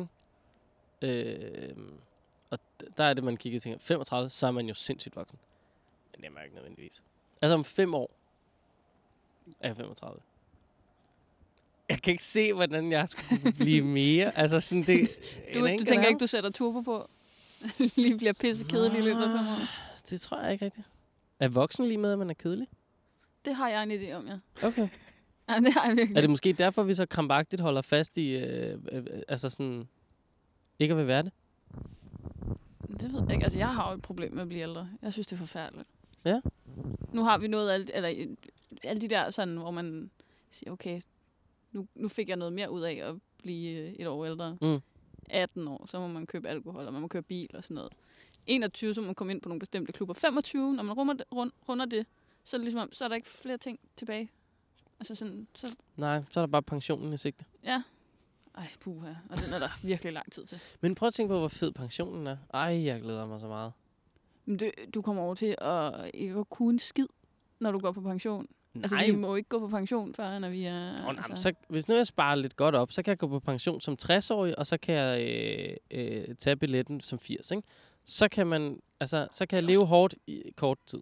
ikke? Og der er det, man kigger og tænker, 35, så er man jo sindssygt voksen. Men det er man ikke nødvendigvis. Altså om 5 år er jeg 35. Jeg kan ikke se, hvordan jeg skulle blive mere. Altså sådan det... Du tænker ikke, du sætter turbo på? Lige bliver pisse kedelig i løbet af 5 år? Det tror jeg ikke rigtigt. Er voksen lige med, at man er kedelig? Det har jeg en idé om, ja. Okay. Ja, det har jeg virkelig. Er det måske derfor, vi så krampagtigt holder fast i... altså sådan... Ikke at vil være det? Det ved jeg ikke. Altså, jeg har jo et problem med at blive ældre. Jeg synes, det er forfærdeligt. Ja. Nu har vi noget af alle de der sådan, hvor man siger, okay, nu fik jeg noget mere ud af at blive et år ældre. 18 år, så må man købe alkohol, og man må købe bil og sådan noget. 21, så må man komme ind på nogle bestemte klubber. 25, når man runder det, så er det ligesom, så er der ikke flere ting tilbage. Altså sådan, så... Nej, så er der bare pensionen i sigte. Ja. Ej, puha. Og den er der virkelig lang tid til. Men prøv at tænke på, hvor fed pensionen er. Ej, jeg glæder mig så meget. Men du kommer over til at ikke kunne en skid, når du går på pension. Nej. Altså, vi må ikke gå på pension, før når vi er... Nej, så, hvis nu jeg sparer lidt godt op, så kan jeg gå på pension som 60-årig, og så kan jeg tage billetten som 80, ikke? Så kan man, altså, så kan jeg leve hårdt i kort tid.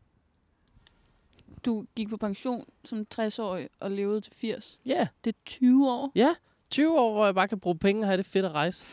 Du gik på pension som 60-årig og levede til 80. Ja. Yeah. Det er 20 år. Ja, 20 år, hvor jeg bare kan bruge penge og have det fedt at rejse.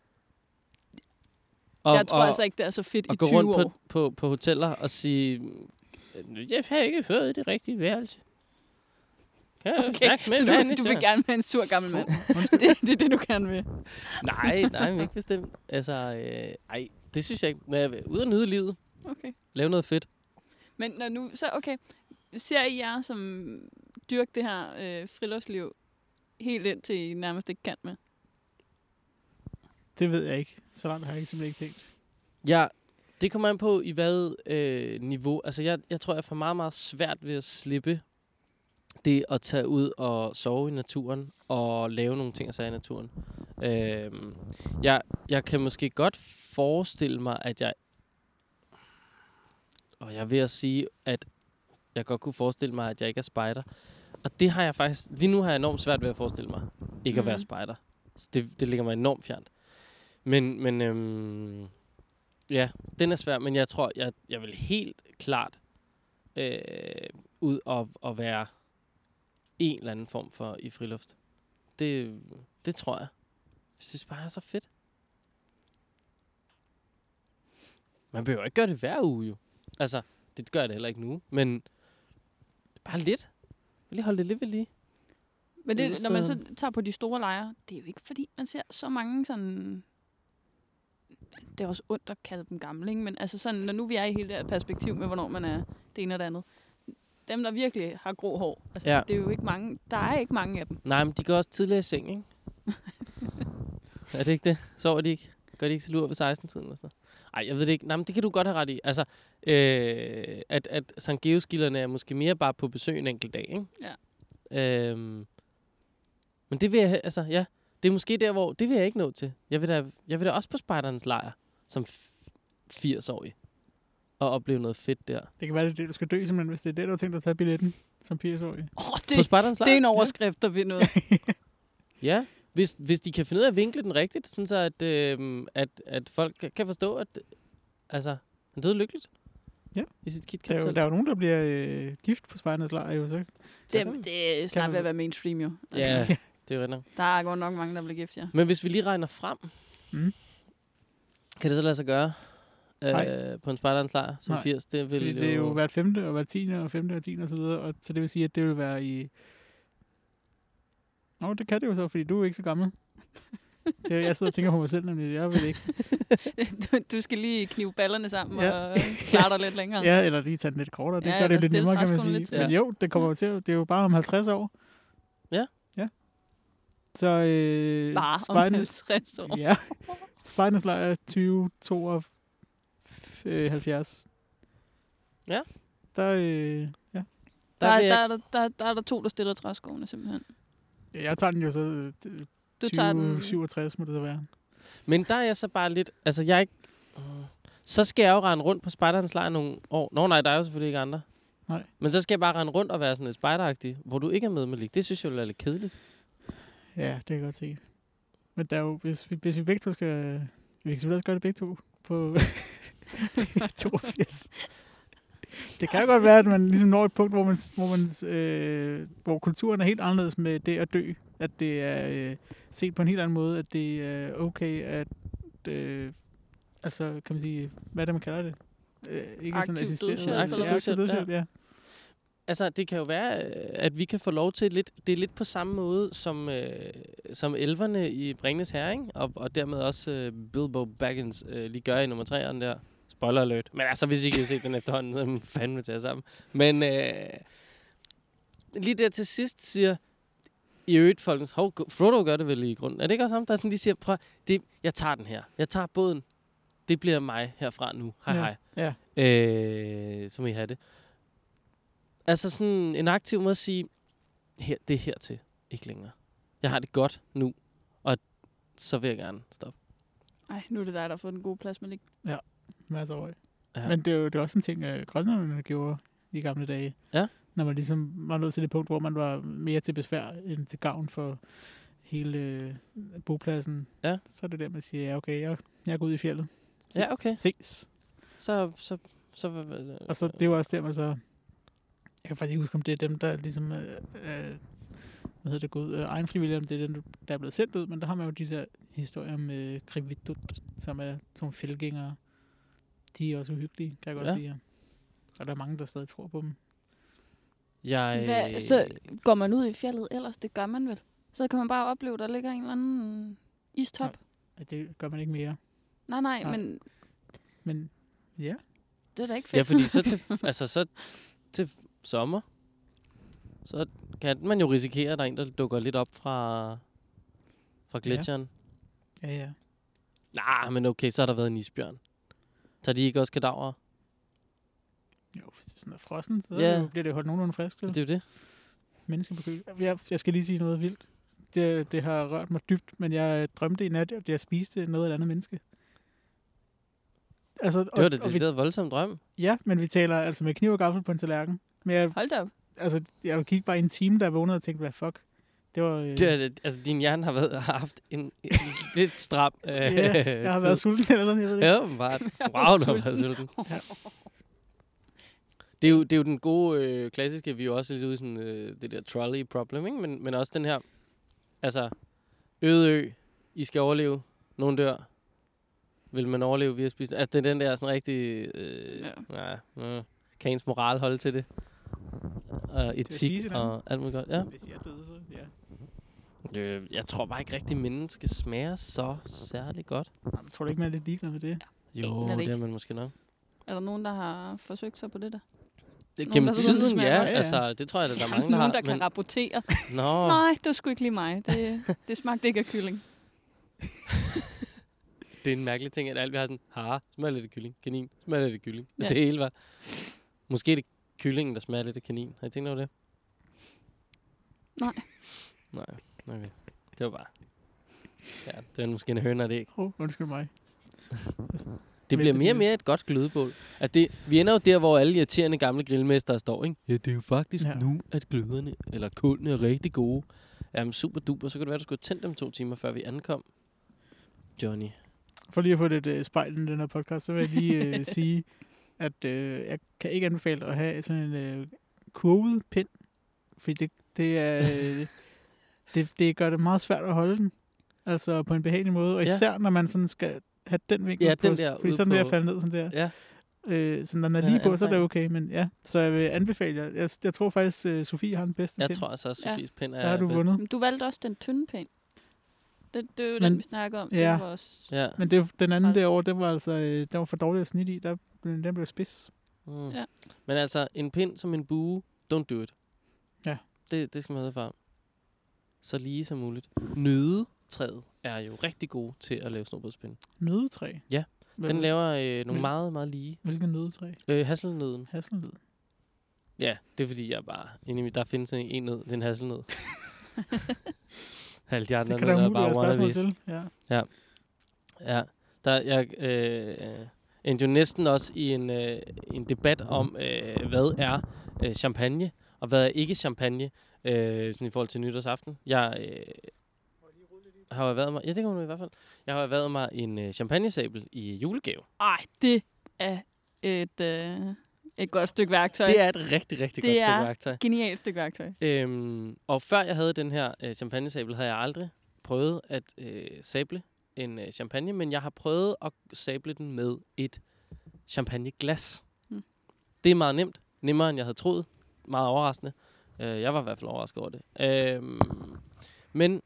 Jeg tror altså ikke, det er så fedt i 20 år. Og gå rundt på hoteller og sige, jeg har ikke fået det rigtige værelse. Okay, så du vil gerne være en sur gammel mand. Det er det, du gerne vil. Nej, men ikke bestemt. Altså, det synes jeg ikke. Men jeg vil ud og nyde livet. Okay. Lave noget fedt. Men når nu, så okay, ser I jer som dyrker det her friluftsliv helt ind til I nærmest ikke kan med? Det ved jeg ikke. Så langt har jeg simpelthen ikke tænkt. Ja, det kommer an på i hvad niveau. Altså, jeg tror, jeg får meget, meget svært ved at slippe det at tage ud og sove i naturen og lave nogle ting og sager i naturen. Jeg kan måske godt forestille mig, at jeg vil at sige, at jeg godt kunne forestille mig, at jeg ikke er spejder. Og det har jeg faktisk... Lige nu har jeg enormt svært ved at forestille mig, ikke at være spejder. Så det ligger mig enormt fjernt. Men ja, den er svær, men jeg tror, jeg vil helt klart ud og være en eller anden form for i friluft. Det tror jeg. Jeg synes bare, det er så fedt. Man behøver ikke gøre det hver uge, jo. Altså, det gør jeg det heller ikke nu, men bare lidt. Jeg vil lige holde det lidt ved lige. Men det, når man så tager på de store lejre, det er jo ikke fordi, man ser så mange sådan... Det er også ondt at kalde dem gamle, ikke? Men altså sådan, når nu vi er i hele det her perspektiv med, hvornår man er det ene og det andet. Dem, der virkelig har grå hår, altså, ja. Det er jo ikke mange, der er ikke mange af dem. Nej, men de går også tidligere i seng, ikke? Er det ikke det? Sover de ikke? Gør de ikke så lur ved 16-tiden eller sådan noget? Ej, jeg ved det ikke. Nej, men det kan du godt have ret i. Altså, at Sankt Georgskilderne er måske mere bare på besøg en enkelt dag, ikke? Ja. Men det vil jeg, altså, ja. Det er måske der, hvor det vil jeg ikke nå til. Jeg vil da også på spejdernes lejr som 80-årig. Og opleve noget fedt der. Det kan være, det er det, du skal dø, simpelthen, hvis det er det, du har tænkt at tage billetten som 80-årig. På spejdernes lejr? Det er en overskrift, der ved noget. Ja, hvis de kan finde ud af at vinkle den rigtigt, sådan så at folk kan forstå, at altså, han døde lykkeligt. Ja. I sit KitKat. Der er jo nogen, der bliver gift på spejdernes lejr, jo så. Det er snart ved at være mainstream, jo. Altså. Ja, det er rigtigt. Der er godt nok mange, der bliver gift, ja. Men hvis vi lige regner frem, kan det så lade sig gøre på en spejderens lejr som 80? Det er jo hvert 5. og hvert 10. og 5. og 10. og så videre, og så det vil sige, at det vil være i... Nå, det kan det jo så, fordi du er ikke så gammel. Jeg sidder og tænker på mig selv, nemlig jeg ved ikke. Du skal lige knive ballerne sammen og klare dig lidt længere. Ja, eller lige tage den lidt kortere. Det gør det lidt nemmere, kan man sige. Lidt. Men jo, det kommer til. Det er jo bare om 50 år. Ja. Så bare om 50 år. Ja. Spejdernes lejr 2072. Ja. Der er der 2, der stiller træskoene, simpelthen. Jeg tager den jo så 2067 må det så være. Men der er jeg så bare lidt... Altså, jeg ikke... Så skal jeg jo rende rundt på spejderens lejr nogle år. Nå nej, der er jo selvfølgelig ikke andre. Nej. Men så skal jeg bare rende rundt og være sådan lidt spejderagtig, hvor du ikke er med, Malik. Det synes jeg er lidt kedeligt. Ja, det kan jeg godt se. Men der er jo, hvis vi begge to skal... Vi kan selvfølgelig også gøre det begge to på 82. Det kan godt være, at man ligesom når et punkt, hvor kulturen er helt anderledes med det at dø. At det er set på en helt anden måde, at det er okay at, altså kan man sige, hvad er det, man kalder det? Ikke Aktiv sådan assisteret. dødshjælp, Aktiv dødshjælp, ja. Altså, det kan jo være, at vi kan få lov til lidt... Det er lidt på samme måde som elverne i Ringenes Herre, ikke? Og dermed også Bilbo Baggins lige gør i nummer 3'eren der. Spoiler alert. Men altså, hvis I ikke har set den efterhånden, så fandme til jer sammen. Men lige der til sidst siger... I øvrigt, folkens... Frodo gør det vel i grunden. Er det ikke også ham, der sådan, de siger, prøv, jeg tager den her. Jeg tager båden. Det bliver mig herfra nu. Hej. Ja. Så må I have det. Altså sådan en aktiv måde at sige, det er hertil, ikke længere. Jeg har det godt nu, og så vil jeg gerne stoppe. Ej, nu er det dig, der har fået den gode plads, men ikke. Ja, masser af øje. Ja. Men det er også en ting, grønlænderne gjorde i gamle dage. Ja. Når man ligesom var nået til det punkt, hvor man var mere til besvær end til gavn for hele bopladsen. Ja. Så er det der, man siger, ja okay, jeg går ud i fjeldet. Ja, okay. Ses. Så Og så det er jo også der, man så... Jeg kan faktisk ikke huske, om det er dem, der ligesom gået egenfrivillige, om det er dem, der er blevet sendt ud, men der har man jo de der historier med Krivitut, som er sådan fældgængere. De er også uhyggelige, kan jeg godt sige. Og der er mange, der stadig tror på dem. Så går man ud i fjeldet ellers? Det gør man vel? Så kan man bare opleve, der ligger en eller anden istop? Ja, det gør man ikke mere. Nej. Men ja. Det er da ikke fedt. Ja, fordi så til sommer, så kan man jo risikere, at der er en, der dukker lidt op fra gletsjeren. Ja. Nej, men okay, så har der været en isbjørn. Tager de ikke også kadaver? Jo, hvis det er sådan noget frossen, så bliver det holdt nogenlunde frisk. Det er jo det. Mennesker på køl. Jeg skal lige sige noget vildt. Det har rørt mig dybt, men jeg drømte i nat, at jeg spiste noget af et andet menneske. Altså, det var det decideret voldsomt drøm. Ja, men vi taler altså med kniv og gaffel på en tallerken. Men hold da op. Altså, jeg kiggede bare i en time, der vågnede og tænkte, hvad fuck? Det var... altså, din hjerne har haft en lidt stram... jeg har været sulten eller noget, jeg ved ikke. Ja, bare. Wow, du har været sulten. Ja. Det er jo den gode klassiske, vi er jo også lidt ude i sådan, det der trolley problem, ikke? Men også den her, altså, øde I skal overleve, nogen dør, vil man overleve via at spise? Altså, det er den der sådan rigtig, kan ens moral holde til det? Og etik og alt muligt godt. Ja. Hvis jeg er døde, så ja. Jeg tror bare ikke rigtig, menneske smager så særlig godt. Jeg tror ikke, man er lidt ligeglad med det. Ja. Jo, det er man måske nok. Er der nogen, der har forsøgt sig på det der? Gennem tiden, ja. Altså, det tror jeg, der er mange, der har. Nogen, der kan rapportere. Nå. Nej, det var sgu ikke lige mig. Det smagte ikke af kylling. Det er en mærkelig ting, at alt vi har sådan, smager lidt af kylling, kanin, smager lidt af kylling. Ja. Det hele var. Måske er det kyllingen, der smager lidt af kanin. Har I tænkt over det? Nej. Nej, okay. Det var bare... Ja, det er måske en høne af det ikke. Undskyld mig. Det bliver mere og mere et godt glødebål. Altså vi ender jo der, hvor alle irriterende gamle grillmestere står, ikke? Ja, det er jo faktisk nu, at gløderne, eller kuldene er rigtig gode. Jamen, super duper. Så kan det være, at du skulle tænde dem 2 timer, før vi ankom. Johnny. For lige at få lidt spejl i den her podcast, så vil jeg lige sige, at jeg kan ikke anbefale at have sådan en kurvet pind. Fordi det gør det meget svært at holde den. Altså på en behagelig måde. Og især når man sådan skal have den vinkel på. Fordi sådan vil jeg falde ned sådan der. Ja. Så når den er lige på, så er det okay. Men ja, så jeg vil anbefale jer. Jeg tror faktisk, Sofie har den bedste pind. Jeg tror også, at Sofies pind er der har du bedst. vundet. Du valgte også den tynde pind. Det er jo den, vi snakker om. Ja, det var også men den anden derovre, den var altså den var for dårlig at snit i. Den blev spids. Ja. Men altså, en pind som en bue, don't do it. Ja. Det skal man have fra. Så lige som muligt. Nødetræet er jo rigtig god til at lave snobrødspind. Nødetræ? Ja. Den laver nogle meget, meget lige. Hvilken nødetræ? Hasselnøden. Hasselnød? Ja, det er fordi, jeg bare... Der findes en nød, det er en hasselnød. Alle de andre nødder er bare wannabes. Ja. Jeg endte jo næsten også i en debat om, hvad er champagne, og hvad er ikke champagne, sådan i forhold til nytårsaften. Jeg har erhvervet mig... Ja, det kan man i hvert fald. Jeg har erhvervet mig en champagnesabel i julegave. Ej, det er Et godt stykke værktøj. Det er et rigtig, rigtig godt stykke værktøj. Det er et genialt stykke værktøj. Og før jeg havde den her champagnesabel, havde jeg aldrig prøvet at sable en champagne, men jeg har prøvet at sable den med et champagneglas. Det er meget nemt. Nemmere, end jeg havde troet. Meget overraskende. Jeg var i hvert fald overrasket over det. Men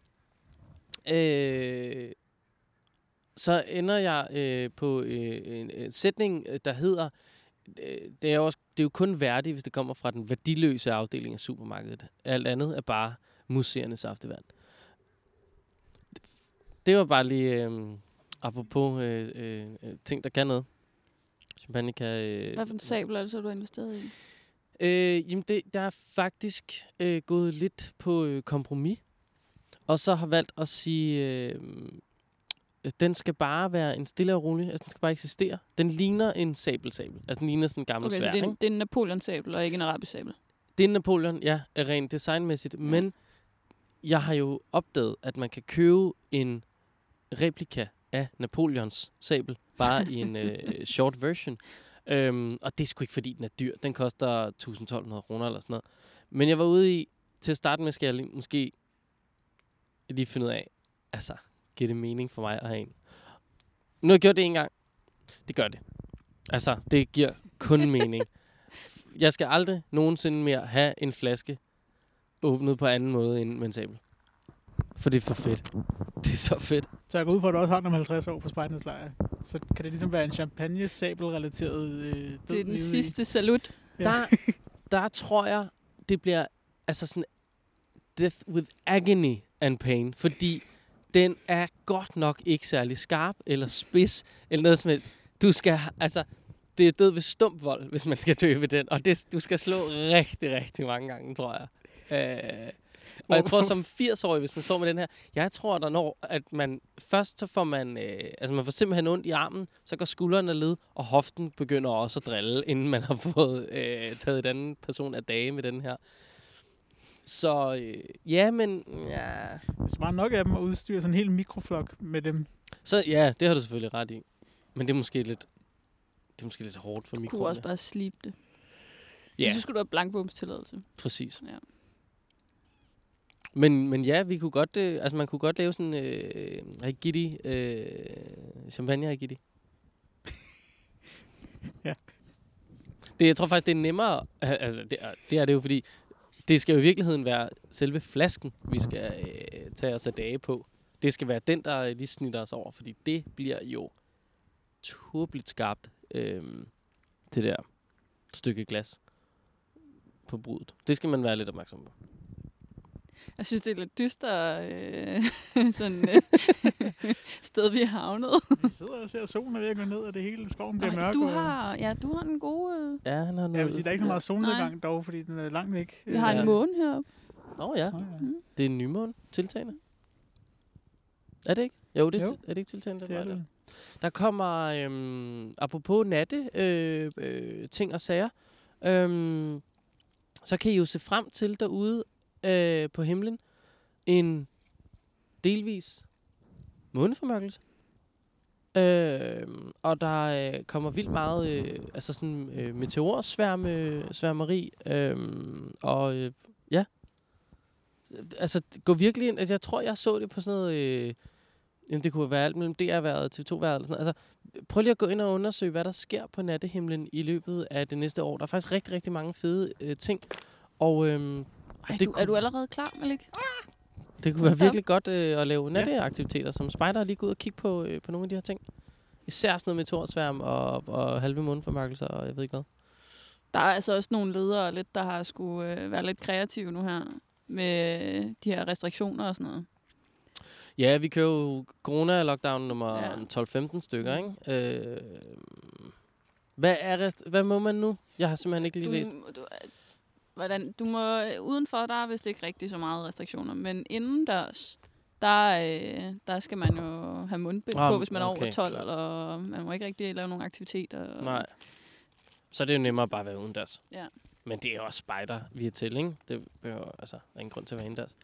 så ender jeg på en sætning, der hedder, det er jo kun værdigt, hvis det kommer fra den værdiløse afdeling af supermarkedet. Alt andet er bare museernes saftevand. Det var bare lige apropos ting, der kan noget. Champagne kan... Hvad for en sabel er det så, du har investeret i? Jamen, der er faktisk gået lidt på kompromis. Og så har valgt at sige, den skal bare være en stille og rolig. Altså, den skal bare eksistere. Den ligner en sabelsabel. Altså, den ligner sådan en gammel sværd. Okay, så det er en Napoleon-sabel, og ikke en arabisk sabel? Det er en Napoleon, ja, rent designmæssigt. Ja. Men jeg har jo opdaget, at man kan købe en replika af Napoleons sabel, bare i en short version. Og det er sgu ikke, fordi den er dyr. Den koster 1.200 kroner eller sådan noget. Men jeg var ude i, til at starte med, skal jeg måske lige finde ud af, altså, giver det mening for mig at have en? Nu har jeg gjort det en gang. Det gør det. Altså, det giver kun mening. Jeg skal aldrig nogensinde mere have en flaske åbnet på anden måde end med en sabel. For det er for fedt. Det er så fedt. Så jeg går ud for, at du også har den om 50 år på Spejdernes Lejr. Så kan det ligesom være en champagne-sabel-relateret død. Det er den sidste salut. Ja. Der tror jeg, det bliver altså sådan death with agony and pain. Fordi den er godt nok ikke særlig skarp eller spids eller noget som helst. Du skal, altså, det er død ved stumpvold, hvis man skal dø ved den. Og det, du skal slå rigtig, rigtig mange gange, tror jeg. Og jeg tror, som 80-årig, hvis man står med den her, jeg tror, der når, at man først så får man, man får simpelthen ondt i armen, så går skuldrene led, og hoften begynder også at drille, inden man har fået taget en anden person af dage med den her. Så ja. Hvis du bare nok af dem at udstyre sådan en hel mikroflok med dem. Så ja, det har du selvfølgelig ret i. Men det er måske lidt hårdt for mikrofonerne. Du kunne også bare slibe det. Ja. Så skulle du have blankvåbenstilladelse. Præcis. Ja. Men ja, vi kunne godt, man kunne godt lave sådan rigidi, champagne rigidi. Ja. Jeg tror faktisk, det er nemmere, altså det er det jo, fordi det skal jo i virkeligheden være selve flasken, vi skal tage os af dage på. Det skal være den, der lige snitter os over, fordi det bliver jo turbeligt skarpt, det der stykke glas på brudet. Det skal man være lidt opmærksom på. Jeg synes, det er lidt dyster sted, vi er havnet. Vi sidder og ser solen er ved at gå ned, og det hele skoven bliver mørk. Du har den gode... Ja, han har noget. Jeg vil sige, der er ikke så meget solnedgang dog, fordi den er langt væk. Vi har en måne heroppe. Ja. Det er en nymåne tiltagende. Er det ikke? Jo, er det ikke tiltagende? Det er det. Der kommer, apropos natte, ting og sager, så kan I jo se frem til derude på himlen en delvis måneformørkelse. Og der kommer vildt meget meteorsværmeri. Ja. Altså, gå virkelig ind. Altså, jeg tror, jeg så det på sådan noget... det kunne være alt mellem DR-været og TV2-været. Eller sådan. Altså, prøv lige at gå ind og undersøge, hvad der sker på nattehimlen i løbet af det næste år. Der er faktisk rigtig, rigtig mange fede ting. Og... er du allerede klar, Malik? Det kunne være virkelig godt at lave natteaktiviteter, som spejder lige gå ud og kigge på nogle af de her ting. Især sådan noget meteorsværm og halve måneformørkelser, og jeg ved ikke hvad. Der er altså også nogle ledere lidt, der har skulle være lidt kreative nu her med de her restriktioner og sådan noget. Ja, vi kører jo corona-lockdown nummer 12-15 stykker, ikke? Hvad må man nu? Jeg har simpelthen ikke lige læst. Du må udenfor, der er vist ikke rigtig så meget restriktioner, men indendørs, der skal man jo have mundbind på, hvis man er over 12, eller man må ikke rigtig lave nogle aktiviteter. Nej. Så er det jo nemmere bare at være udendørs. Ja. Men det er jo også spejder, vi er til, ikke? Det er jo altså ingen grund til at være indendørs.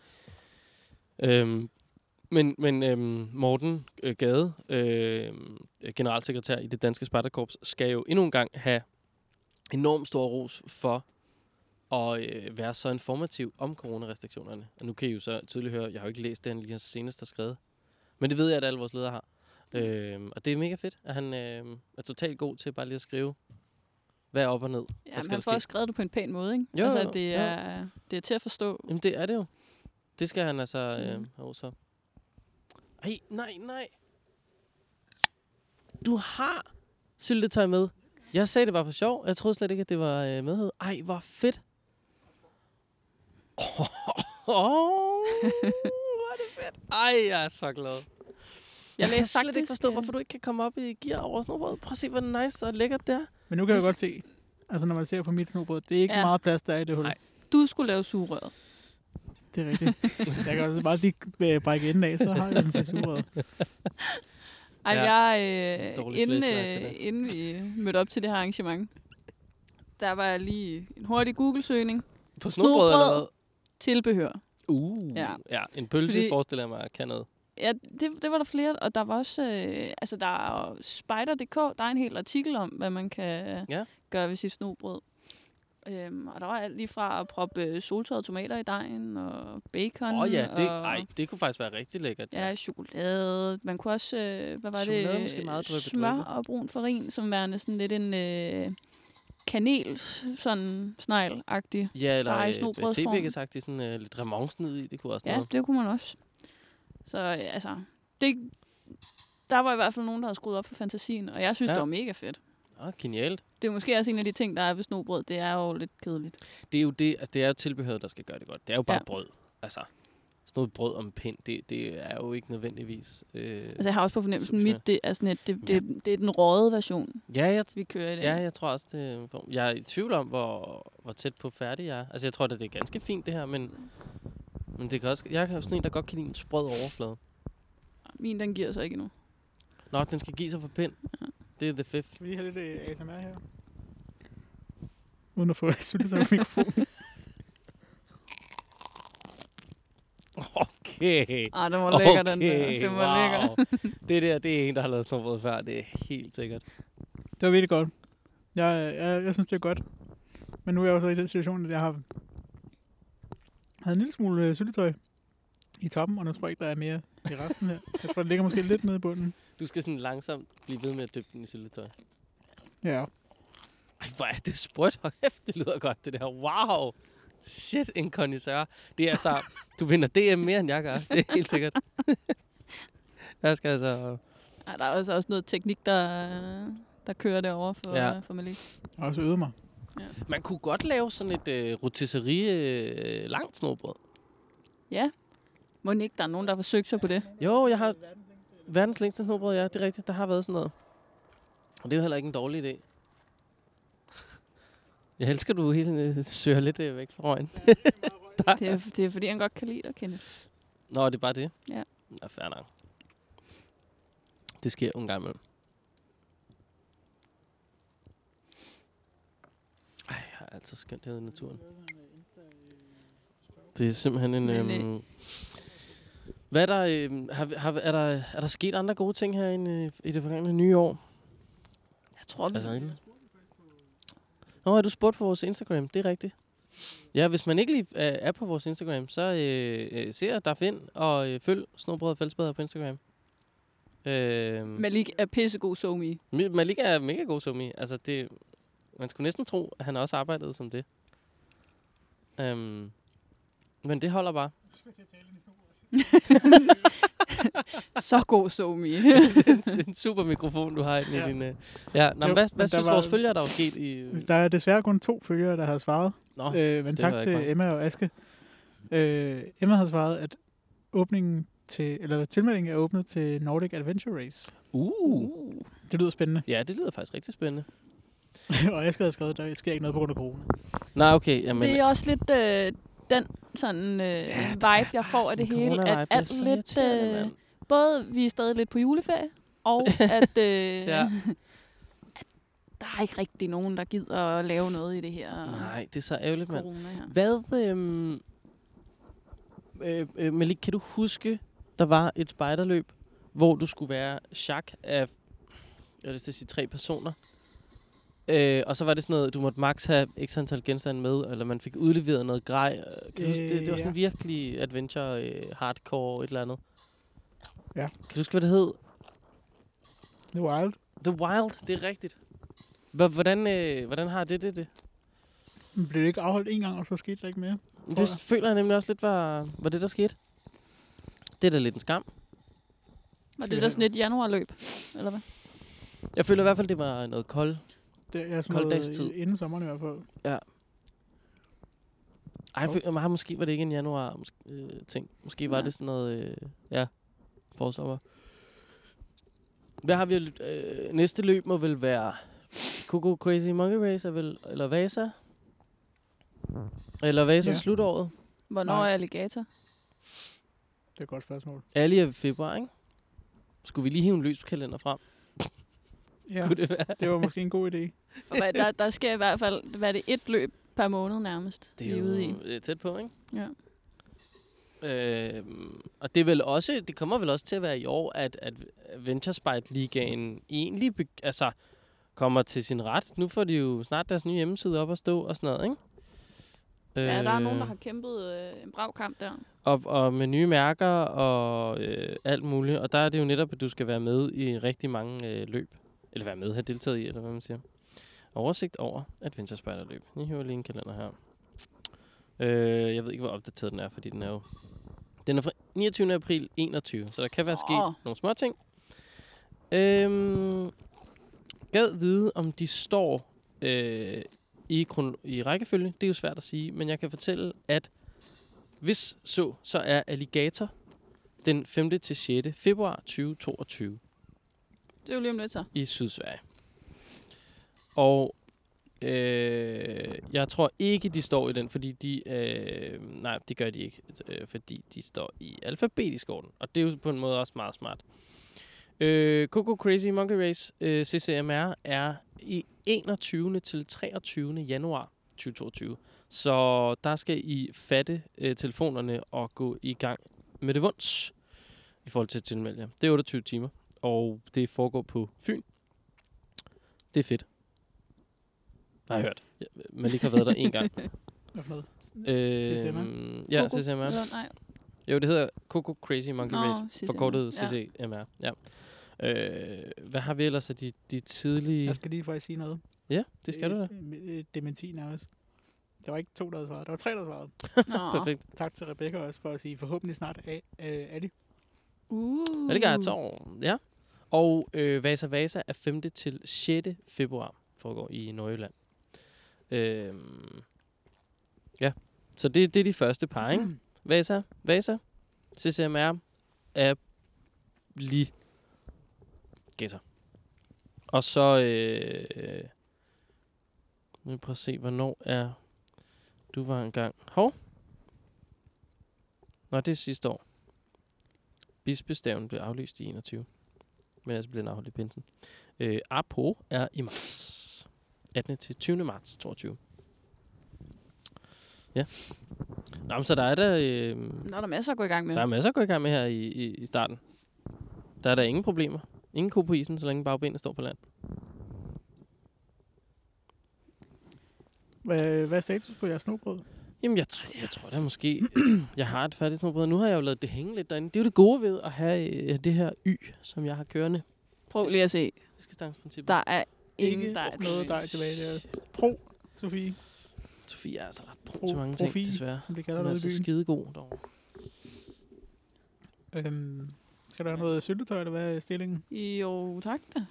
Men Morten Gade, generalsekretær i det danske spejderkorps, skal jo endnu en gang have enormt stor ros for at være så informativ om coronarestriktionerne. Og nu kan I jo så tydeligt høre, jeg har jo ikke læst det, han lige har senest har skrevet. Men det ved jeg, at alle vores ledere har. Og det er mega fedt, at han er totalt god til bare lige at skrive, hvad er op og ned. Ja, men han får også skrevet det på en pæn måde, ikke? Jo, altså, det er til at forstå. Jamen, det er det jo. Det skal han altså have så. Ej, nej. Du har syltetøj med. Jeg sagde det bare for sjov. Jeg troede slet ikke, at det var med. Ej, hvor fedt. Hvor er det fedt. Ej, jeg er så glad. Jeg kan slet ikke forstå, hvorfor du ikke kan komme op i gear over snobrød. Prøv at se, hvor nice og lækkert det er. Men nu kan jeg godt se, altså når man ser på mit snobrød, det er ikke meget plads, der er i det hul. Nej. Du skulle lave sugerøret. Det er rigtigt. Jeg kan også bare lige brække enden af, så har jeg sådan set sugerøret. Ej, inden vi mødte op til det her arrangement, der var lige en hurtig Google-søgning. På snobrød eller hvad? Tilbehør. Ja, en pølse forestiller jeg mig kan noget. Ja, det var der flere, og der var også, der er Spider.dk, der er en hel artikel om, hvad man kan gøre ved sit snobrød. Og der var alt lige fra at proppe soltørrede tomater i dejen, og bacon. Det kunne faktisk være rigtig lækkert. Ja, chokolade. Man kunne også, smør og brun farin, som værende sådan lidt en kanel, sådan snegl-agtig. Ja, eller tebækkesagtig, sådan lidt remonce ned i. Det kunne også noget. Ja, det kunne man også. Så der var i hvert fald nogen, der havde skruet op for fantasien, og jeg synes, det var mega fedt. Genialt. Det er måske også en af de ting, der er ved snobrød. Det er jo lidt kedeligt. Det er jo det er jo tilbehøret, der skal gøre det godt. Det er jo bare brød. Altså, sådan noget brød om pind, det er jo ikke nødvendigvis... jeg har også på fornemmelsen, det er den røde version, vi kører i dag. Ja, jeg tror også, jeg er i tvivl om, hvor tæt på færdig jeg er. Altså, jeg tror, det er ganske fint, det her, men det kan også... Jeg er sådan en, der godt kan lide en sprød overflade. Min, den giver sig ikke endnu. Nå, den skal give sig for pind. Ja. Det er the fifth. Skal vi have lidt ASMR her? Uden at få syltetøj på mikrofonen. Okay. Den var lækker, den der. Det var lækker. Det er en, der har lavet snobrød før. Det er helt sikkert. Det var virkelig godt. Jeg synes, det er godt. Men nu er jeg også i den situation, at jeg har en lille smule syltetøj i toppen, og nu tror jeg ikke, der er mere i resten her. Jeg tror, det ligger måske lidt nede i bunden. Du skal sådan langsomt blive ved med at dyppe den i syltetøj. Ja. Ej, hvor er det sprødt. Det lyder godt, det der. Wow. Shit, en connoisseur. Det er så... Du vinder DM mere, end jeg gør. Det er helt sikkert. Jeg skal altså... Ja, der er også noget teknik, der kører derovre for Malik. Jeg har også øvet mig. Ja. Man kunne godt lave sådan et rotisserie langt snobrød. Ja. Må ikke, der er nogen, der har forsøgt sig på det? Jo, jeg har verdens længste snobrød, ja. Det er rigtigt. Der har været sådan noget. Og det er jo heller ikke en dårlig idé. Jeg elsker, du hele søger lidt væk fra røgen. det er fordi, han godt kan lide dig, Kenneth. Nå, det er bare det? Ja. Ja, fair nok. Det sker en gang imellem. Ej, jeg har altid skønt herude i naturen. Det er simpelthen en... Hvad er der, er der sket andre gode ting herinde i det forgangne nye år? Jeg tror, Nå, har du spurgt på vores Instagram? Det er rigtigt. Ja, hvis man ikke lige er på vores Instagram, så ser der find og følg Snobrød og Fællesbader på Instagram. Malik er pissegod somi. Malik er mega god somi. Altså, man skulle næsten tro, at han også arbejdede som det. Men det holder bare. Så god somi. En super mikrofon, du har i din... Hvad synes vores følgere, der er sket i... Der er desværre kun 2 følgere, der har svaret. Nå, men tak til Emma og Aske. Emma har svaret, at tilmeldingen er åbnet til Nordic Adventure Race. Det lyder spændende. Ja, det lyder faktisk rigtig spændende. Og Aske havde skrevet, at der sker ikke noget på grund af corona. Nej, okay. Jamen, det er også lidt den sådan vibe, jeg får af det hele. At alt lidt... både vi er stadig lidt på juleferie, og at, at der er ikke rigtig nogen, der gider at lave noget i det her. Nej, det er så ærgerligt, mand. Hvad... Malik, kan du huske, der var et spejderløb, hvor du skulle være chak af, jeg vil sige 3 personer, Og så var det sådan noget, du måtte max have x antal genstande med, eller man fik udleveret noget grej. Kan du huske, det var sådan virkelig adventure, hardcore, et eller andet. Ja. Kan du huske, hvad det hed? The Wild. The Wild, det er rigtigt. Hvordan har det? Men blev det ikke afholdt en gang, og så skete der ikke mere? Det føler jeg nemlig også lidt var det, der skete. Det er da lidt en skam. Var det der sådan et januarløb, eller hvad? Jeg føler i hvert fald, det var noget Det er sådan noget inden sommeren i hvert fald. Ja. Ej, jeg føler, måske var det ikke en januar ting. Måske var det sådan noget, forsommer. Hvad har vi? Næste løb må vel være Coco Crazy Monkey Race, eller Vasa? Eller Vasa slutåret? Hvornår er Alligator? Det er et godt spørgsmål. Alle er i februar, ikke? Skulle vi lige hive en løbskalender frem? Ja, det var måske en god idé. Der skal i hvert fald være det et løb per måned nærmest. Det er jo tæt på, ikke? Ja. Og det er vel også, det kommer vel også til at være i år, at Adventure Spite Ligaen egentlig kommer til sin ret. Nu får de jo snart deres nye hjemmeside op at stå og sådan noget, ikke? Ja, der er nogen, der har kæmpet en brav kamp der. Og med nye mærker og alt muligt. Og der er det jo netop, at du skal være med i rigtig mange løb. Eller være med, have deltaget i, eller hvad man siger. Oversigt over Adventure Spite løb. Nu hiver lige en kalender her. Jeg ved ikke, hvor opdateret den er, fordi den er fra 29. april 21, så der kan være sket nogle små ting. Gad vide, om de står i rækkefølge. Det er jo svært at sige, men jeg kan fortælle, at hvis så er Alligator den 5. til 6. februar 2022. Det er jo lige om lidt så. I Sydsverige. Og jeg tror ikke, de står i den, fordi nej, det gør de ikke, fordi de står i alfabetisk orden. Og det er jo på en måde også meget smart. Coco Crazy Monkey Race CCMR er i 21. til 23. januar 2022. Så der skal I fatte telefonerne og gå i gang med det vunds i forhold til at tilmelde jer. Det er 28 timer, og det foregår på Fyn. Det er fedt. Har jeg hørt. Man ikke har været der en gang. Hvad for noget? CCMR? Ja, CCMR. Nej. Jo, det hedder Coco Crazy Monkey Race, forkortet CCMR. Ja. Hvad har vi ellers af de tidlige... Jeg skal lige faktisk sige noget. Ja, det skal du da. Dementi nærmest. Der var ikke 2, der havde svaret. Der var 3, der svarede. Perfekt. Tak til Rebecca også for at sige forhåbentlig snart Ali. Ja, det gør jeg så. Ja. Og Vasa er 5. til 6. februar foregår i Nordjylland. Ja, så det er de første par, ikke? Vasa, CCMR, er lige gætter. Og så nu prøv at se, hvornår er du var engang. Nå, det er sidste år. Bispestaven blev aflyst i 21. Men altså blev den afholdt i pinsen. Apo er i marts. 18. til 20. marts 22. Ja. Nå, men så der er der... der er masser at gå i gang med. Der er masser at gå i gang med her i starten. Der er der ingen problemer. Ingen ko på isen, så længe bagbenene står på land. Hvad er status på jeres snobrød? Jamen, jeg tror da måske... jeg har et færdigt snobrød. Nu har jeg jo lavet det hænge lidt derinde. Det er jo det gode ved at have det her som jeg har kørende. Prøv lige at se. Der er ingen dej noget dej tilbage der. Sofie. Sofie er altså ret pro til mange ting, desværre. Som de kalder det i byen. Hun er så skidegod dog. Skal der have noget syltetøj, eller hvad er stillingen? Jo, tak da.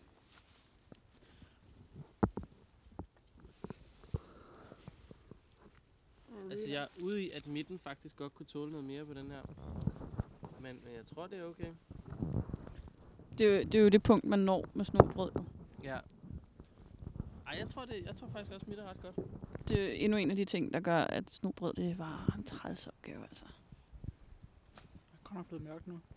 Altså, jeg er ude i, at midten faktisk godt kunne tåle noget mere på den her. Men jeg tror, det er okay. Det er jo det punkt, man når med snobrød. Ja. Ej, jeg tror faktisk også, mit er ret godt. Det er endnu en af de ting, der gør, at snobrød, det var en træls opgave, altså. Det er godt nok blevet mørkt nu.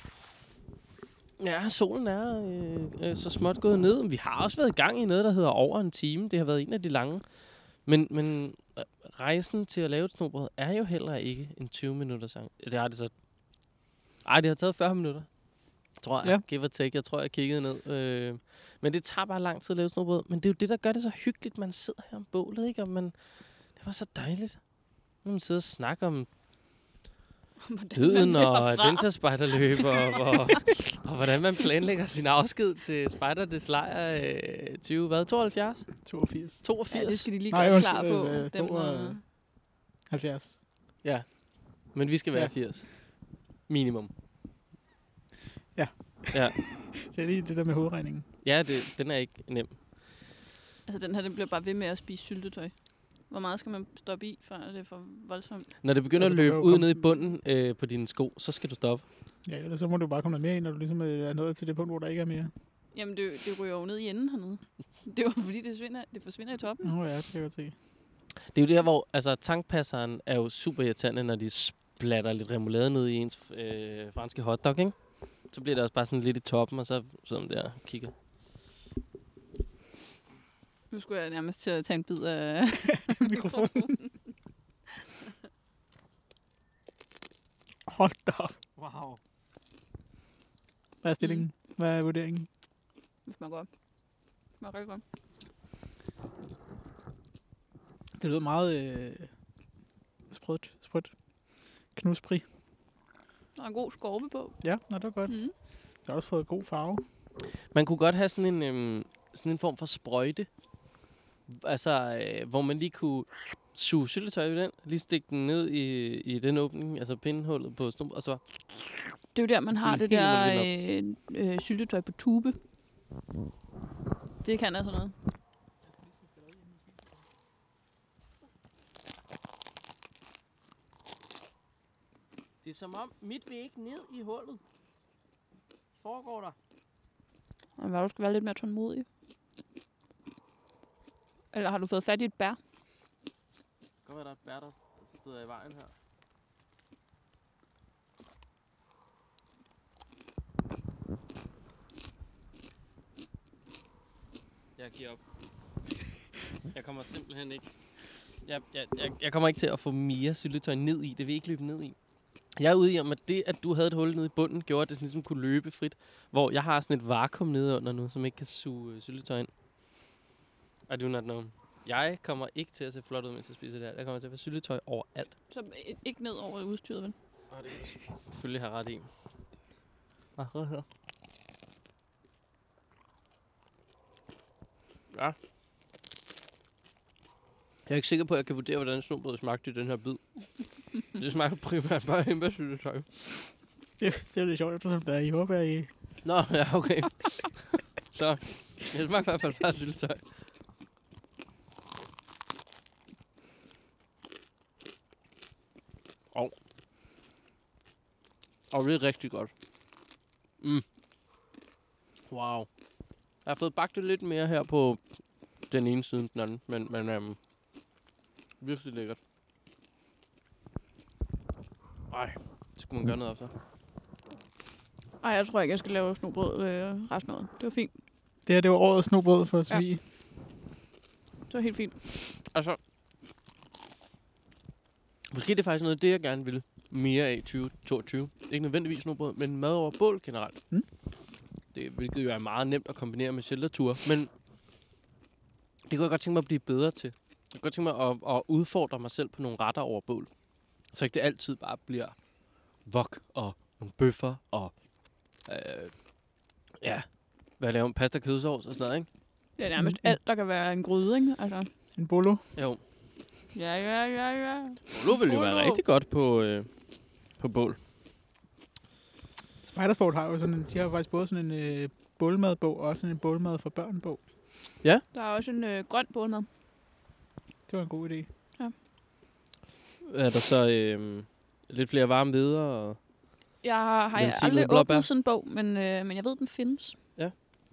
Ja, solen er så småt gået ned. Vi har også været i gang i noget, der hedder over en time. Det har været en af de lange. Men rejsen til at lave et snobrød er jo heller ikke en 20 minutter sang. Det har det så... Ej, det har taget 40 minutter. Tror jeg. Give or take. Jeg tror, jeg kiggede ned. Men det tager bare lang tid at lave snobrød. Men det er jo det, der gør det så hyggeligt. Man sidder her om bålet, ikke? Og det var så dejligt. Man sidder og snakker om døden og vinterspejderløb, og hvordan man planlægger sin afsked til spejdernes lejr 82? 82. Ja, det skal de lige gøre klar på. 70. Ja, men vi skal være 80. Minimum. Ja. Det er lige det der med hovedregningen. Ja, den er ikke nem. Altså den her, den bliver bare ved med at spise syltetøj. Hvor meget skal man stoppe i, før det er for voldsomt? Når det begynder at løbe ud ned i bunden på dine sko, så skal du stoppe. Ja, ellers så må du bare komme noget mere ind, når du ligesom er nået til det punkt, hvor der ikke er mere. Jamen, det ryger jo ned i enden hernede. Det var fordi, det forsvinder i toppen. Ja, det kan jeg godt se. Det er jo der, hvor tankpasseren er jo super irriterende, når de splatter lidt remoulade ned i ens franske hotdog, ikke? Så bliver det også bare sådan lidt i toppen, og så sidder man der og kigger. Nu skulle jeg nærmest til at tage en bid af mikrofonen. Hold da op. Wow. Hvad er stillingen? Hvad er vurderingen? Det smager godt. Det smager rigtig godt. Det lyder meget sprødt. Knusbri. Der er en god skorpe på. Ja, det var godt. Det har også fået god farve. Man kunne godt have sådan en form for sprøjte. Altså, hvor man lige kunne suge syltetøj i den, lige stikke den ned i den åbning, altså pindehullet på stump, og så... Det er jo der, man har det der syltetøj på tube. Det kan altså noget. Det er som om, mit vil ikke ned i hullet. Foregår der? Og hvad, du skal være lidt mere tålmodig. Eller har du fået fat i et bær? Godt være, der er et bær, der steder i vejen her. Jeg giver op. Jeg kommer simpelthen ikke... Jeg kommer ikke til at få mere syltetøj ned i. Det vil ikke løbe ned i. Jeg er ude i, om at det, at du havde et hul nede i bunden, gjorde, at det sådan ligesom kunne løbe frit. Hvor jeg har sådan et vakuum nede under nu, som ikke kan suge syltetøj ind. I do not know. Jeg kommer ikke til at se flot ud, mens jeg spiser det her. Jeg kommer til at være syltetøj overalt. Så ikke ned over udstyret, vel? Det kan jeg selvfølgelig have ret i. Her. Ja. Jeg er ikke sikker på, at jeg kan vurdere, hvordan snobrød smagte i den her bid. Det smager primært bare hindbærsyltetøj. Det er lidt sjovt, eftersom der er jordbær i. Nå, ja, okay. Så, det smager i hvert fald bare syltetøj. Og det er rigtig godt. Wow. Jeg har fået bagt det lidt mere her på den ene side den anden, men virkelig lækkert. Ej, skulle man gøre noget op så? Ej, jeg tror ikke, jeg skal lave snobrød resten af året. Det var fint. Det var årets snobrød for Sofie. Ja. Det var helt fint. Altså, måske det er faktisk noget af det, jeg gerne vil mere af 2022. Ikke nødvendigvis snobrød, men mad over bål generelt. Det, hvilket jo er meget nemt at kombinere med shelterture, men det kunne jeg godt tænke mig at blive bedre til. Jeg kunne godt tænke mig at udfordre mig selv på nogle retter over bål. Så ikke det altid bare bliver wok og nogle bøffer og hvad laver pasta kødsovs og sådan noget, ikke? Det er nærmest alt, der kan være en gryde, ikke? Altså. En bolo. Jo. Ja. Bolo vil jo være rigtig godt på bål. Spejdersport har jo sådan de har faktisk både sådan en bålmadbog og også sådan en bålmad for børn-bog. Ja. Der er også en grøn bålmad. Det var en god idé. Ja. Er der så lidt flere varme hveder og jeg har aldrig åbnet sådan en bog, men jeg ved, den findes. Ja.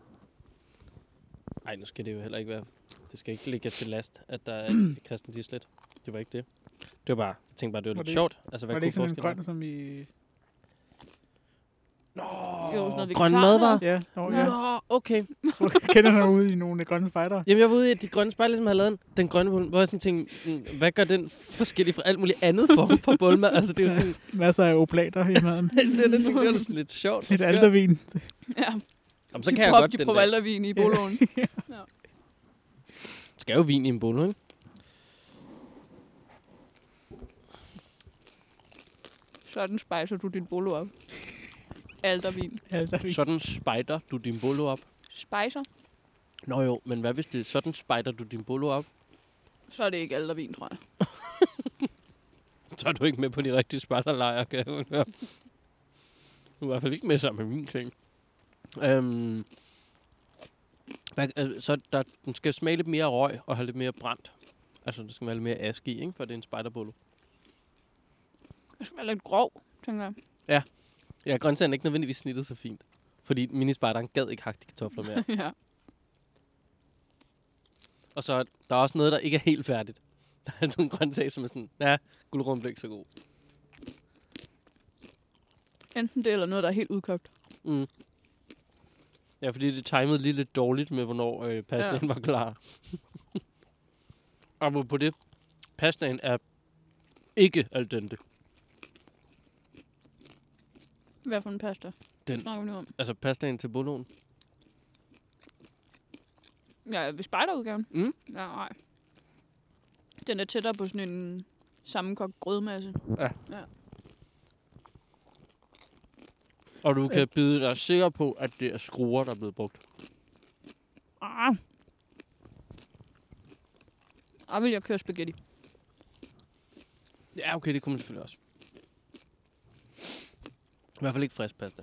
Ej, nu skal det jo heller ikke være... Det skal ikke ligge til last, at der er Christian Dislet. Det var ikke det. Det var bare... Jeg tænkte bare, det var lidt sjovt. Altså, hvad var det ikke sådan en grøn, som i... Nå, jo, sådan noget grøn madvarer? Ja. Nå, Okay. Kender du ude i nogle grønne spejdere? Jamen, jeg var ude i, at de grønne spejler, ligesom havde lavet den grønne bolle, hvor jeg sådan tænkte, hvad gør den forskellig fra alt muligt andet form for bollmad? Altså, det er jo sådan... Masser af oblater i maden. det er sådan lidt sjovt. Lidt aldervin. Ja. Jamen, så kan jeg godt de prøver aldervin i boloen. Ja. Skal jo vin i en bolo, ikke? Sådan spejser du din bolo op. Aldervin. Sådan spejder du din bolo op. Spejser? Nå jo, men hvad hvis det sådan spejder du din bolo op? Så er det ikke aldervin, tror jeg. Så er du ikke med på de rigtige spejderlejre, kan jeg høre. Du er i hvert fald ikke med sammen med min ting. Så den skal smage lidt mere røg og have lidt mere brændt. Altså, det skal være lidt mere aske i, ikke? For det er en spejderbolo. Det skal være lidt grov, tænker jeg. Ja, grøntsagen er ikke nødvendigvis snittet så fint. Fordi minispejderen gad ikke hakke de kartofler mere. Ja. Og så der er også noget, der ikke er helt færdigt. Der er sådan en grøntsag, som er sådan, ja, gulerod blev ikke så god. Enten det, eller noget, der er helt udkogt. Mm. Ja, fordi det timede lige lidt dårligt med, hvornår pastaen var klar. Og på det, pastaen er ikke al dente. Hvad for en pasta? Den. Snakker vi nu om? Altså pastaen til boloen. Ja, ved spejderudgaven. Mm. Ja, nej. Den er tættere på sådan en sammenkogt grødmasse. Ja. Og du kan bide dig sikker på, at det er skruer, der er blevet brugt. Vil jeg køre spaghetti. Ja, okay, det kunne man selvfølgelig også. I hvert fald ikke frisk pasta.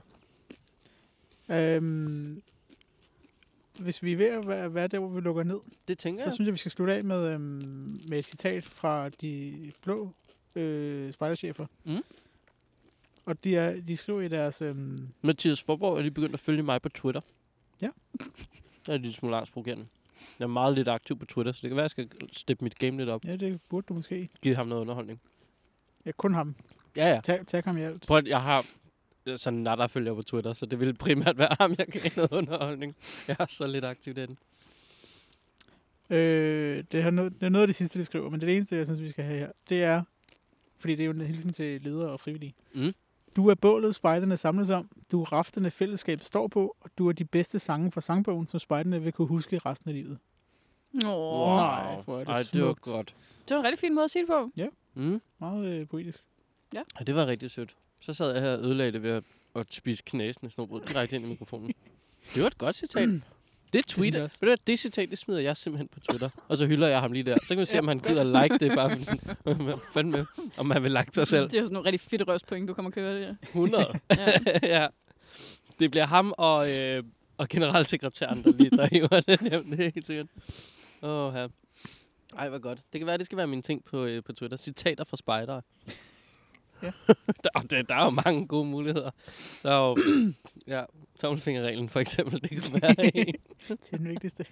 Hvis vi er ved at være der, hvor vi lukker ned, Det tænker så jeg. synes jeg, vi skal slutte af med et citat fra de blå spejderchefer. Mm. Og de skriver i deres... Mathias Forborg er lige begyndt at følge mig på Twitter. Ja. Det er en lille smule provokerende. Jeg er meget lidt aktiv på Twitter, så det kan være, at jeg skal steppe mit game lidt op. Ja, det burde du måske. Give ham noget underholdning. Ja, kun ham. Ja. Tag ham i alt. Prøv at, jeg har sådan natter følger på Twitter, så det vil primært være ham, jeg kan give noget underholdning. Jeg er så lidt aktiv den. Det er noget af det sidste, de skriver, men det eneste, jeg synes, vi skal have her, det er, fordi det er jo en hilsen til ledere og frivillige. Mm. Du er bålet, spejderne samles om. Du er rafterne, fællesskabet står på. Og du er de bedste sange fra sangbogen, som spejderne vil kunne huske resten af livet. Wow. Nej, hvor er det Ej, det smukt. var godt. Det var en rigtig fin måde at sige det på. Ja, Mm. meget poetisk. Ja, det var rigtig sødt. Så sad jeg her og ødelagde det ved at spise knæsende snobrød direkte ind i mikrofonen. Det var et godt citat. Det tweet, det citat, det smider jeg simpelthen på Twitter. Og så hylder jeg ham lige der. Så kan vi se, om han gider like det, bare fandme, om han vil like sig selv. Det er jo sådan nogle rigtig fedt røstpoint, du kommer køre det der. 100. Ja. Det bliver ham og generalsekretæren, der lige driver det. Jamen, det er helt sikkert. Ja. Ej, hvor godt. Det kan være, det skal være min ting på Twitter. Citater fra spejdere. Ja. der er jo mange gode muligheder. Der er jo tommelfingerreglen for eksempel. Det kan være en. Det er den vigtigste.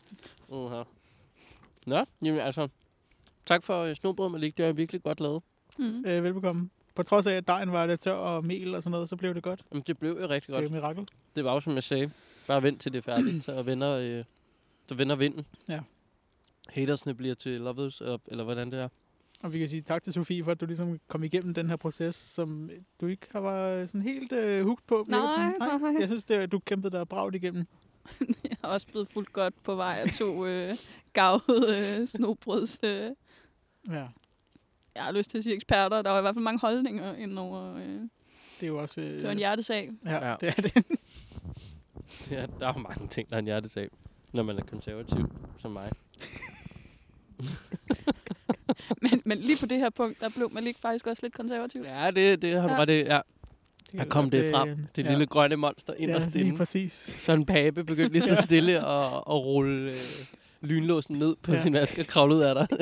Nå, jamen altså. Tak for snobrød, Malik. Det er virkelig godt lavet. Mm. Velbekomme. På trods af, at dejen var lidt tør og mel og sådan noget, så blev det godt. Jamen, det blev jo rigtig godt. Det er et mirakel. Det var jo, som jeg sagde. Bare vent til det er færdigt, så vender vinden. Ja. Hatersne bliver til lovers, eller hvordan det er. Og vi kan sige tak til Sofie for, at du ligesom kom igennem den her proces, som du ikke har været sådan helt hooked på. Nej. Jeg synes, du kæmpede dig bragt igennem. Jeg har også blevet fuldt godt på vej af 2 gavede snobrøds. Ja. Jeg har lyst til at sige eksperter. Der var i hvert fald mange holdninger indover. Det er jo også... Det var en hjertesag. Ja, det er det. Ja, der er jo mange ting, der er en hjertesag, når man er konservativ, som mig. men lige på det her punkt, der blev Malik faktisk også lidt konservativ. Ja, det har du ret i. Ja. Der kom det frem. Det lille grønne monster inderst inde. Ja, lige præcis. Så en pape begyndte lige så stille at rulle lynlåsen ned på sin vask og kravle ud af dig.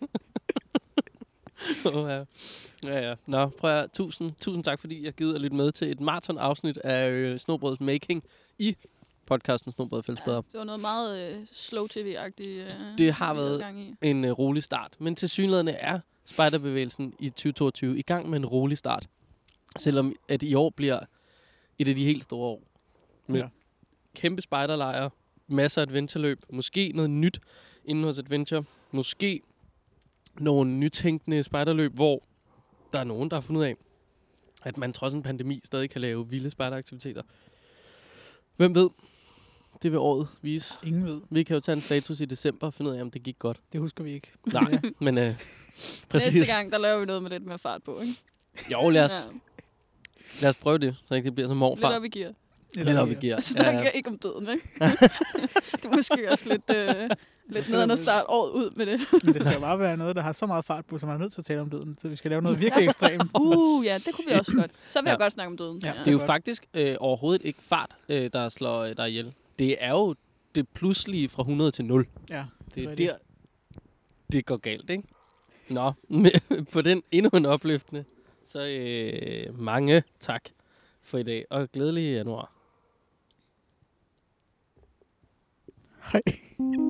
Ja. Nå, prøv at tusind tak, fordi jeg givet at lytte med til et maraton-afsnit af Snobrøds Making i podcasten Snobrød Fællesbader. Ja, det var noget meget slow tv-agtigt. Det har været en rolig start, men tilsyneladende er spejderbevægelsen i 2022 i gang med en rolig start. Selvom at i år bliver et af de helt store år. Med kæmpe spejderlejr, masser af adventureløb, måske noget nyt inden hos Adventure, måske nogle nytænkende spejderløb, hvor der er nogen, der har fundet af, at man trods en pandemi stadig kan lave vilde spejderaktiviteter. Hvem ved? Det vil året vise. Ingen ved. Vi kan jo tage en status i december og finde ud af, om det gik godt. Det husker vi ikke. Nej, men præcis. Næste gang, der laver vi noget med lidt mere fart på, ikke? Jo, lad os prøve det, så det bliver som morfar. Lidt op i gear. Lidt op i gear. Snakker ikke om døden, ikke? Det er måske også lidt nederen at starte året ud med det. Men det skal jo bare være noget, der har så meget fart på, så man er nødt til at tale om døden. Så vi skal lave noget virkelig ekstremt. Ja, det kunne vi også godt. Så vil jeg godt snakke om døden. Ja. Det er jo faktisk overhovedet ikke fart, der slår dig ihjel. Det er jo det pludselige fra 100 til 0. Ja, det er der, det går galt, ikke? Nå, på den endnu en opløftende, så mange tak for i dag, og glædelig januar. Hej.